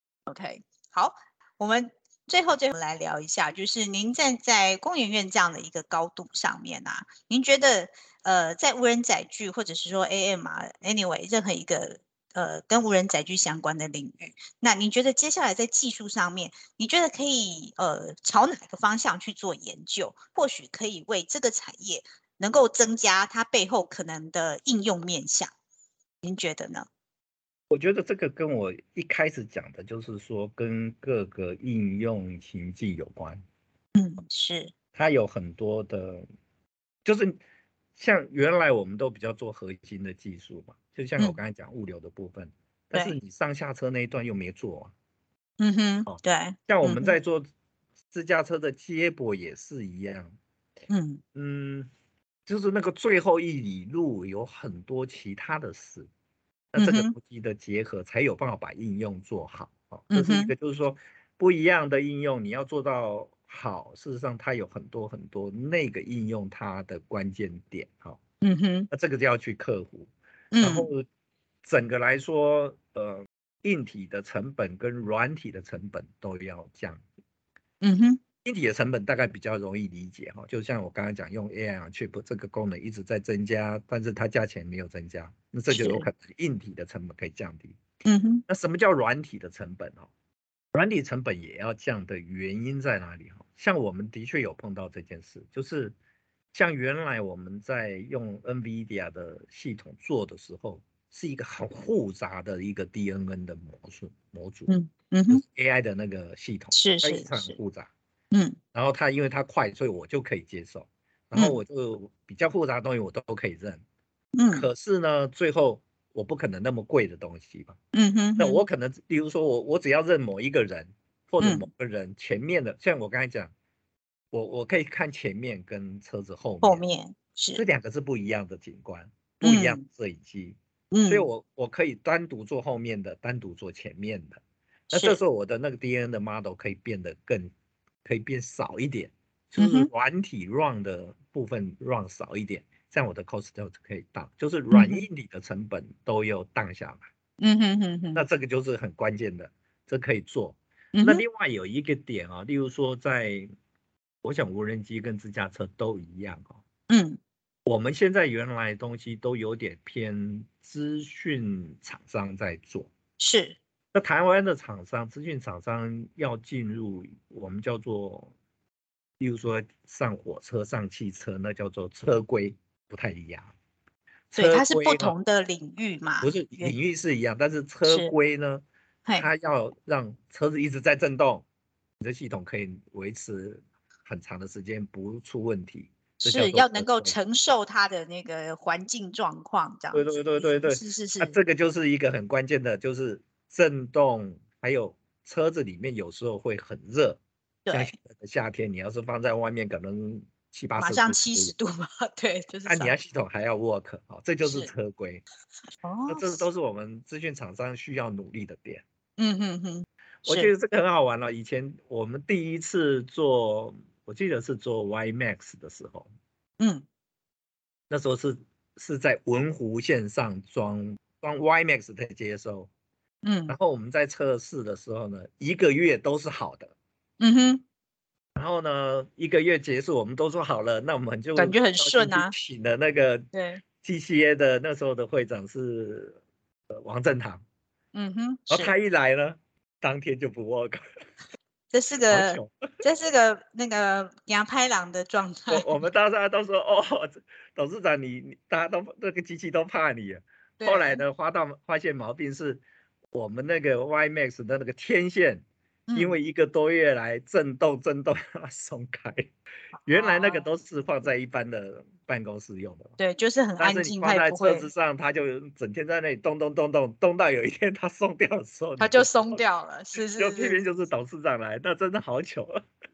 Speaker 1: OK， 好，我们最后最后来聊一下，就是您站在工研院这样的一个高度上面啊，您觉得呃，在无人载具或者是说 A M 啊 ，anyway 任何一个呃跟无人载具相关的领域，那您觉得接下来在技术上面，你觉得可以呃朝哪个方向去做研究，或许可以为这个产业能够增加它背后可能的应用面向，您觉得呢？
Speaker 2: 我觉得这个跟我一开始讲的，就是说跟各个应用情境有关。
Speaker 1: 嗯，是。
Speaker 2: 它有很多的，就是像原来我们都比较做核心的技术嘛，就像我
Speaker 1: 嗯，
Speaker 2: 刚才讲物流的部分，但是
Speaker 1: 对，
Speaker 2: 你上下车那一段又没做啊。
Speaker 1: 嗯哼，
Speaker 2: 哦，
Speaker 1: 对，
Speaker 2: 像我
Speaker 1: 嗯哼，
Speaker 2: 们在做自驾车的接驳也是一样。
Speaker 1: 嗯
Speaker 2: 嗯，就是那个最后一里路有很多其他的事，那这个
Speaker 1: 嗯哼，
Speaker 2: 东西的结合才有办法把应用做好。哦，这是一个
Speaker 1: 嗯哼，
Speaker 2: 就是说不一样的应用，你要做到好，事实上它有很多很多那个应用它的关键点。哈，
Speaker 1: 嗯哼，
Speaker 2: 那这个就要去克服。然后
Speaker 1: 嗯
Speaker 2: 整个来说，呃，硬体的成本跟软体的成本都要降。
Speaker 1: 嗯哼，
Speaker 2: 硬体的成本大概比较容易理解哈，就像我刚刚讲，用 A R chip 这个功能一直在增加，但是它价钱没有增加，那这就有
Speaker 1: 是，
Speaker 2: 可能硬体的成本可以降低。
Speaker 1: 嗯哼，
Speaker 2: 那什么叫软体的成本哦？软体成本也要降的原因在哪里哈？像我们的确有碰到这件事，就是像原来我们在用 NVIDIA 的系统做的时候，是一个很复杂的一个 D N N 的模组模组，
Speaker 1: 嗯嗯哼，
Speaker 2: 就是 A I 的那个系统，
Speaker 1: 是
Speaker 2: 非
Speaker 1: 是是，
Speaker 2: 常复杂。
Speaker 1: 嗯
Speaker 2: 然后它因为它快，所以我就可以接受，然后
Speaker 1: 嗯
Speaker 2: 我就比较复杂的东西我都可以认。
Speaker 1: 嗯
Speaker 2: 可是呢，最后我不可能那么贵的东西吧？
Speaker 1: 嗯哼哼，
Speaker 2: 那我可能，比如说我我只要认某一个人或者某
Speaker 1: 嗯，
Speaker 2: 个人前面的，像我刚才讲，我我可以看前面跟车子后面，
Speaker 1: 后面是，
Speaker 2: 这两个是不一样的景观，不一样的
Speaker 1: 嗯
Speaker 2: 摄影机，所以
Speaker 1: 嗯
Speaker 2: 我我可以单独做后面的，单独做前面的。那这
Speaker 1: 是，
Speaker 2: 时候我的那个 D N N 的 model 可以变得更，可以变少一点，就是
Speaker 1: 嗯哼，
Speaker 2: 软体 run 的部分 run 少一点，这样我的 cost 就可以 down，就是软
Speaker 1: 嗯哼，
Speaker 2: 硬体的成本都有 down 下来。
Speaker 1: 嗯哼哼哼，
Speaker 2: 那这个就是很关键的，这可以做。
Speaker 1: 嗯哼，
Speaker 2: 那另外有一个点啊，例如说在，我想无人机跟自驾车都一样哦。
Speaker 1: 嗯
Speaker 2: 我们现在原来东西都有点偏资讯厂商在做，
Speaker 1: 是，
Speaker 2: 那台湾的厂商，资讯厂商要进入我们叫做，例如说上火车、上汽车，那叫做车规，不太一样。
Speaker 1: 对，
Speaker 2: 车
Speaker 1: 它是不
Speaker 2: 规哈，
Speaker 1: 同的领域嘛，
Speaker 2: 不是
Speaker 1: 原
Speaker 2: 领域是一样，但是车
Speaker 1: 是，
Speaker 2: 规呢，
Speaker 1: 嘿，
Speaker 2: 它要让车子一直在震动，你的系统可以维持很长的时间不出问题，这叫做
Speaker 1: 是要能够
Speaker 2: 车规。
Speaker 1: 承受它的那个环境状况，这样子，
Speaker 2: 对对对对对，啊，
Speaker 1: 是是是，
Speaker 2: 这个就是一个很关键的，就是震动，还有车子里面有时候会很热，像现
Speaker 1: 对。
Speaker 2: 在的夏天，你要是放在外面，可能七八十度
Speaker 1: 马上七十度嘛，对，就是
Speaker 2: 啊，你要
Speaker 1: 上，
Speaker 2: 系统还要 work，好，这就是
Speaker 1: 是，
Speaker 2: 车规。那
Speaker 1: 哦，是，
Speaker 2: 这都是我们资讯厂商需要努力的点。
Speaker 1: 嗯哼哼，是，
Speaker 2: 我觉得这个很好玩了。以前我们第一次做，我记得是做 Y Max 的时候，
Speaker 1: 嗯
Speaker 2: 那时候是是在文湖线上装装 Y Max 的接收。
Speaker 1: 嗯
Speaker 2: 然后我们在测试的时候呢，一个月都是好的。
Speaker 1: 嗯哼，
Speaker 2: 然后呢，一个月结束，我们都说好了，那我们就
Speaker 1: 感觉很
Speaker 2: 高兴去
Speaker 1: 顺啊，
Speaker 2: 请了那个
Speaker 1: 对，
Speaker 2: T C A 的那时候的会长是呃王正堂，
Speaker 1: 嗯哼，是，
Speaker 2: 然后他一来呢，当天就不 work，
Speaker 1: 这是个，
Speaker 2: 好糗。
Speaker 1: 这是个那个杨拍郎的状
Speaker 2: 我
Speaker 1: 态，
Speaker 2: 我们当时都说哦，董事长你你大家都那个机器都怕你。后来
Speaker 1: 对，
Speaker 2: 呢，发到发现毛病是我们那个 Y Max 的那个天线，因
Speaker 1: 嗯，
Speaker 2: 为一个多月来震动震动它松开。原来那个
Speaker 1: 哦，
Speaker 2: 都是放在一般的办公室用的，
Speaker 1: 对，就是很
Speaker 2: 但是
Speaker 1: 安静，它
Speaker 2: 你放在
Speaker 1: 也不会，
Speaker 2: 车子上，它就整天在那里动动动动动到有一天它松掉的时候，
Speaker 1: 它就
Speaker 2: 你就知道，
Speaker 1: 松掉了，是
Speaker 2: 就
Speaker 1: 是是，
Speaker 2: 偏偏就是董事长来，那真的好糗。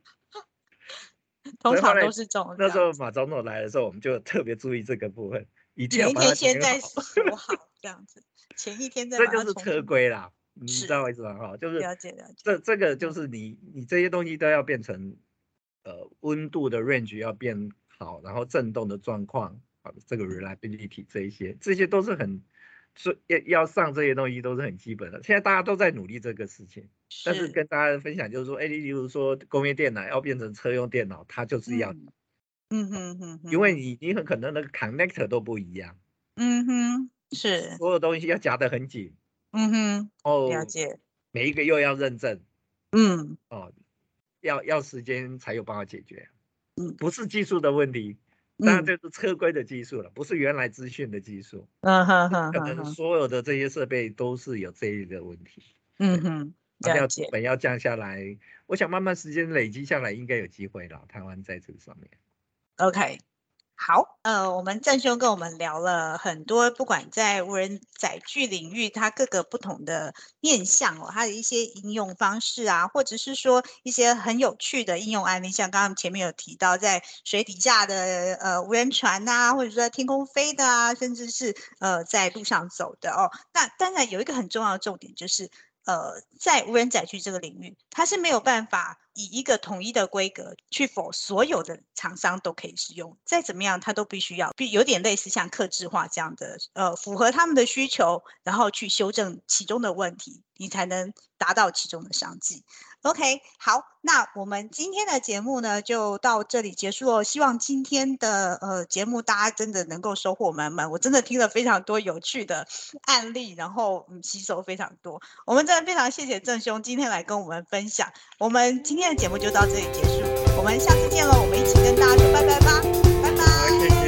Speaker 1: 通
Speaker 2: 所以后来
Speaker 1: 常都是这种这
Speaker 2: 那时
Speaker 1: 样子，
Speaker 2: 候马总统来的时候，我们就特别注意这个部分，一定要
Speaker 1: 前一
Speaker 2: 把它
Speaker 1: 天先再
Speaker 2: 粘好。
Speaker 1: 说好，这样子，前一天再
Speaker 2: 这
Speaker 1: 把
Speaker 2: 就是车
Speaker 1: 它重新，
Speaker 2: 规啦，你知
Speaker 1: 是，
Speaker 2: 道我意思吗？哈，就是
Speaker 1: 了解了解，
Speaker 2: 这这个就
Speaker 1: 嗯
Speaker 2: 是你你这些东西都要变成呃温度的 range 要变好，然后震动的状况啊，这个 reliability 这一些，这些都是很所以要要上这些东西都是很基本的。现在大家都在努力这个事情，但是
Speaker 1: 是，
Speaker 2: 跟大家分享就是说，哎，例如说工业电脑要变成车用电脑，它就是要，
Speaker 1: 嗯嗯哼哼哼，
Speaker 2: 因为你你很可能那个 connector 都不一样，
Speaker 1: 嗯哼，是，
Speaker 2: 所有东西要夹得很紧，
Speaker 1: 嗯哼，了
Speaker 2: 哦，
Speaker 1: 解，
Speaker 2: 每一个又要认证，
Speaker 1: 嗯
Speaker 2: 哦，要要时间才有办法解决，
Speaker 1: 嗯
Speaker 2: 不是技术的问题，当然
Speaker 1: 嗯
Speaker 2: 这是车规的技术了，不是原来资讯的技术，
Speaker 1: 嗯哼哼
Speaker 2: 可能
Speaker 1: 哼哼，
Speaker 2: 所有的这些设备都是有这一个问题。对，
Speaker 1: 嗯哼，
Speaker 2: 啊，要
Speaker 1: 了解。
Speaker 2: 成本要降下来，我想慢慢时间累积下来，应该有机会了。台湾在这个上面，
Speaker 1: OK，好，呃，我们郑兄跟我们聊了很多，不管在无人载具领域，它各个不同的面向哦，它的一些应用方式啊，或者是说一些很有趣的应用案例，像刚刚前面有提到，在水底下的呃无人船啊，或者说在天空飞的啊，甚至是呃在路上走的哦。那当然有一个很重要的重点就是。呃，在无人载具这个领域，它是没有办法以一个统一的规格去否所有的厂商都可以使用，再怎么样它都必须要，有点类似像客制化这样的，呃，符合他们的需求，然后去修正其中的问题，你才能达到其中的商机。OK， 好，那我们今天的节目呢就到这里结束了。希望今天的呃节目大家真的能够收获满满，我真的听了非常多有趣的案例，然后嗯吸收非常多。我们真的非常谢谢郑兄今天来跟我们分享。我们今天的节目就到这里结束，我们下次见喽，我们一起跟大家说拜拜吧，拜拜。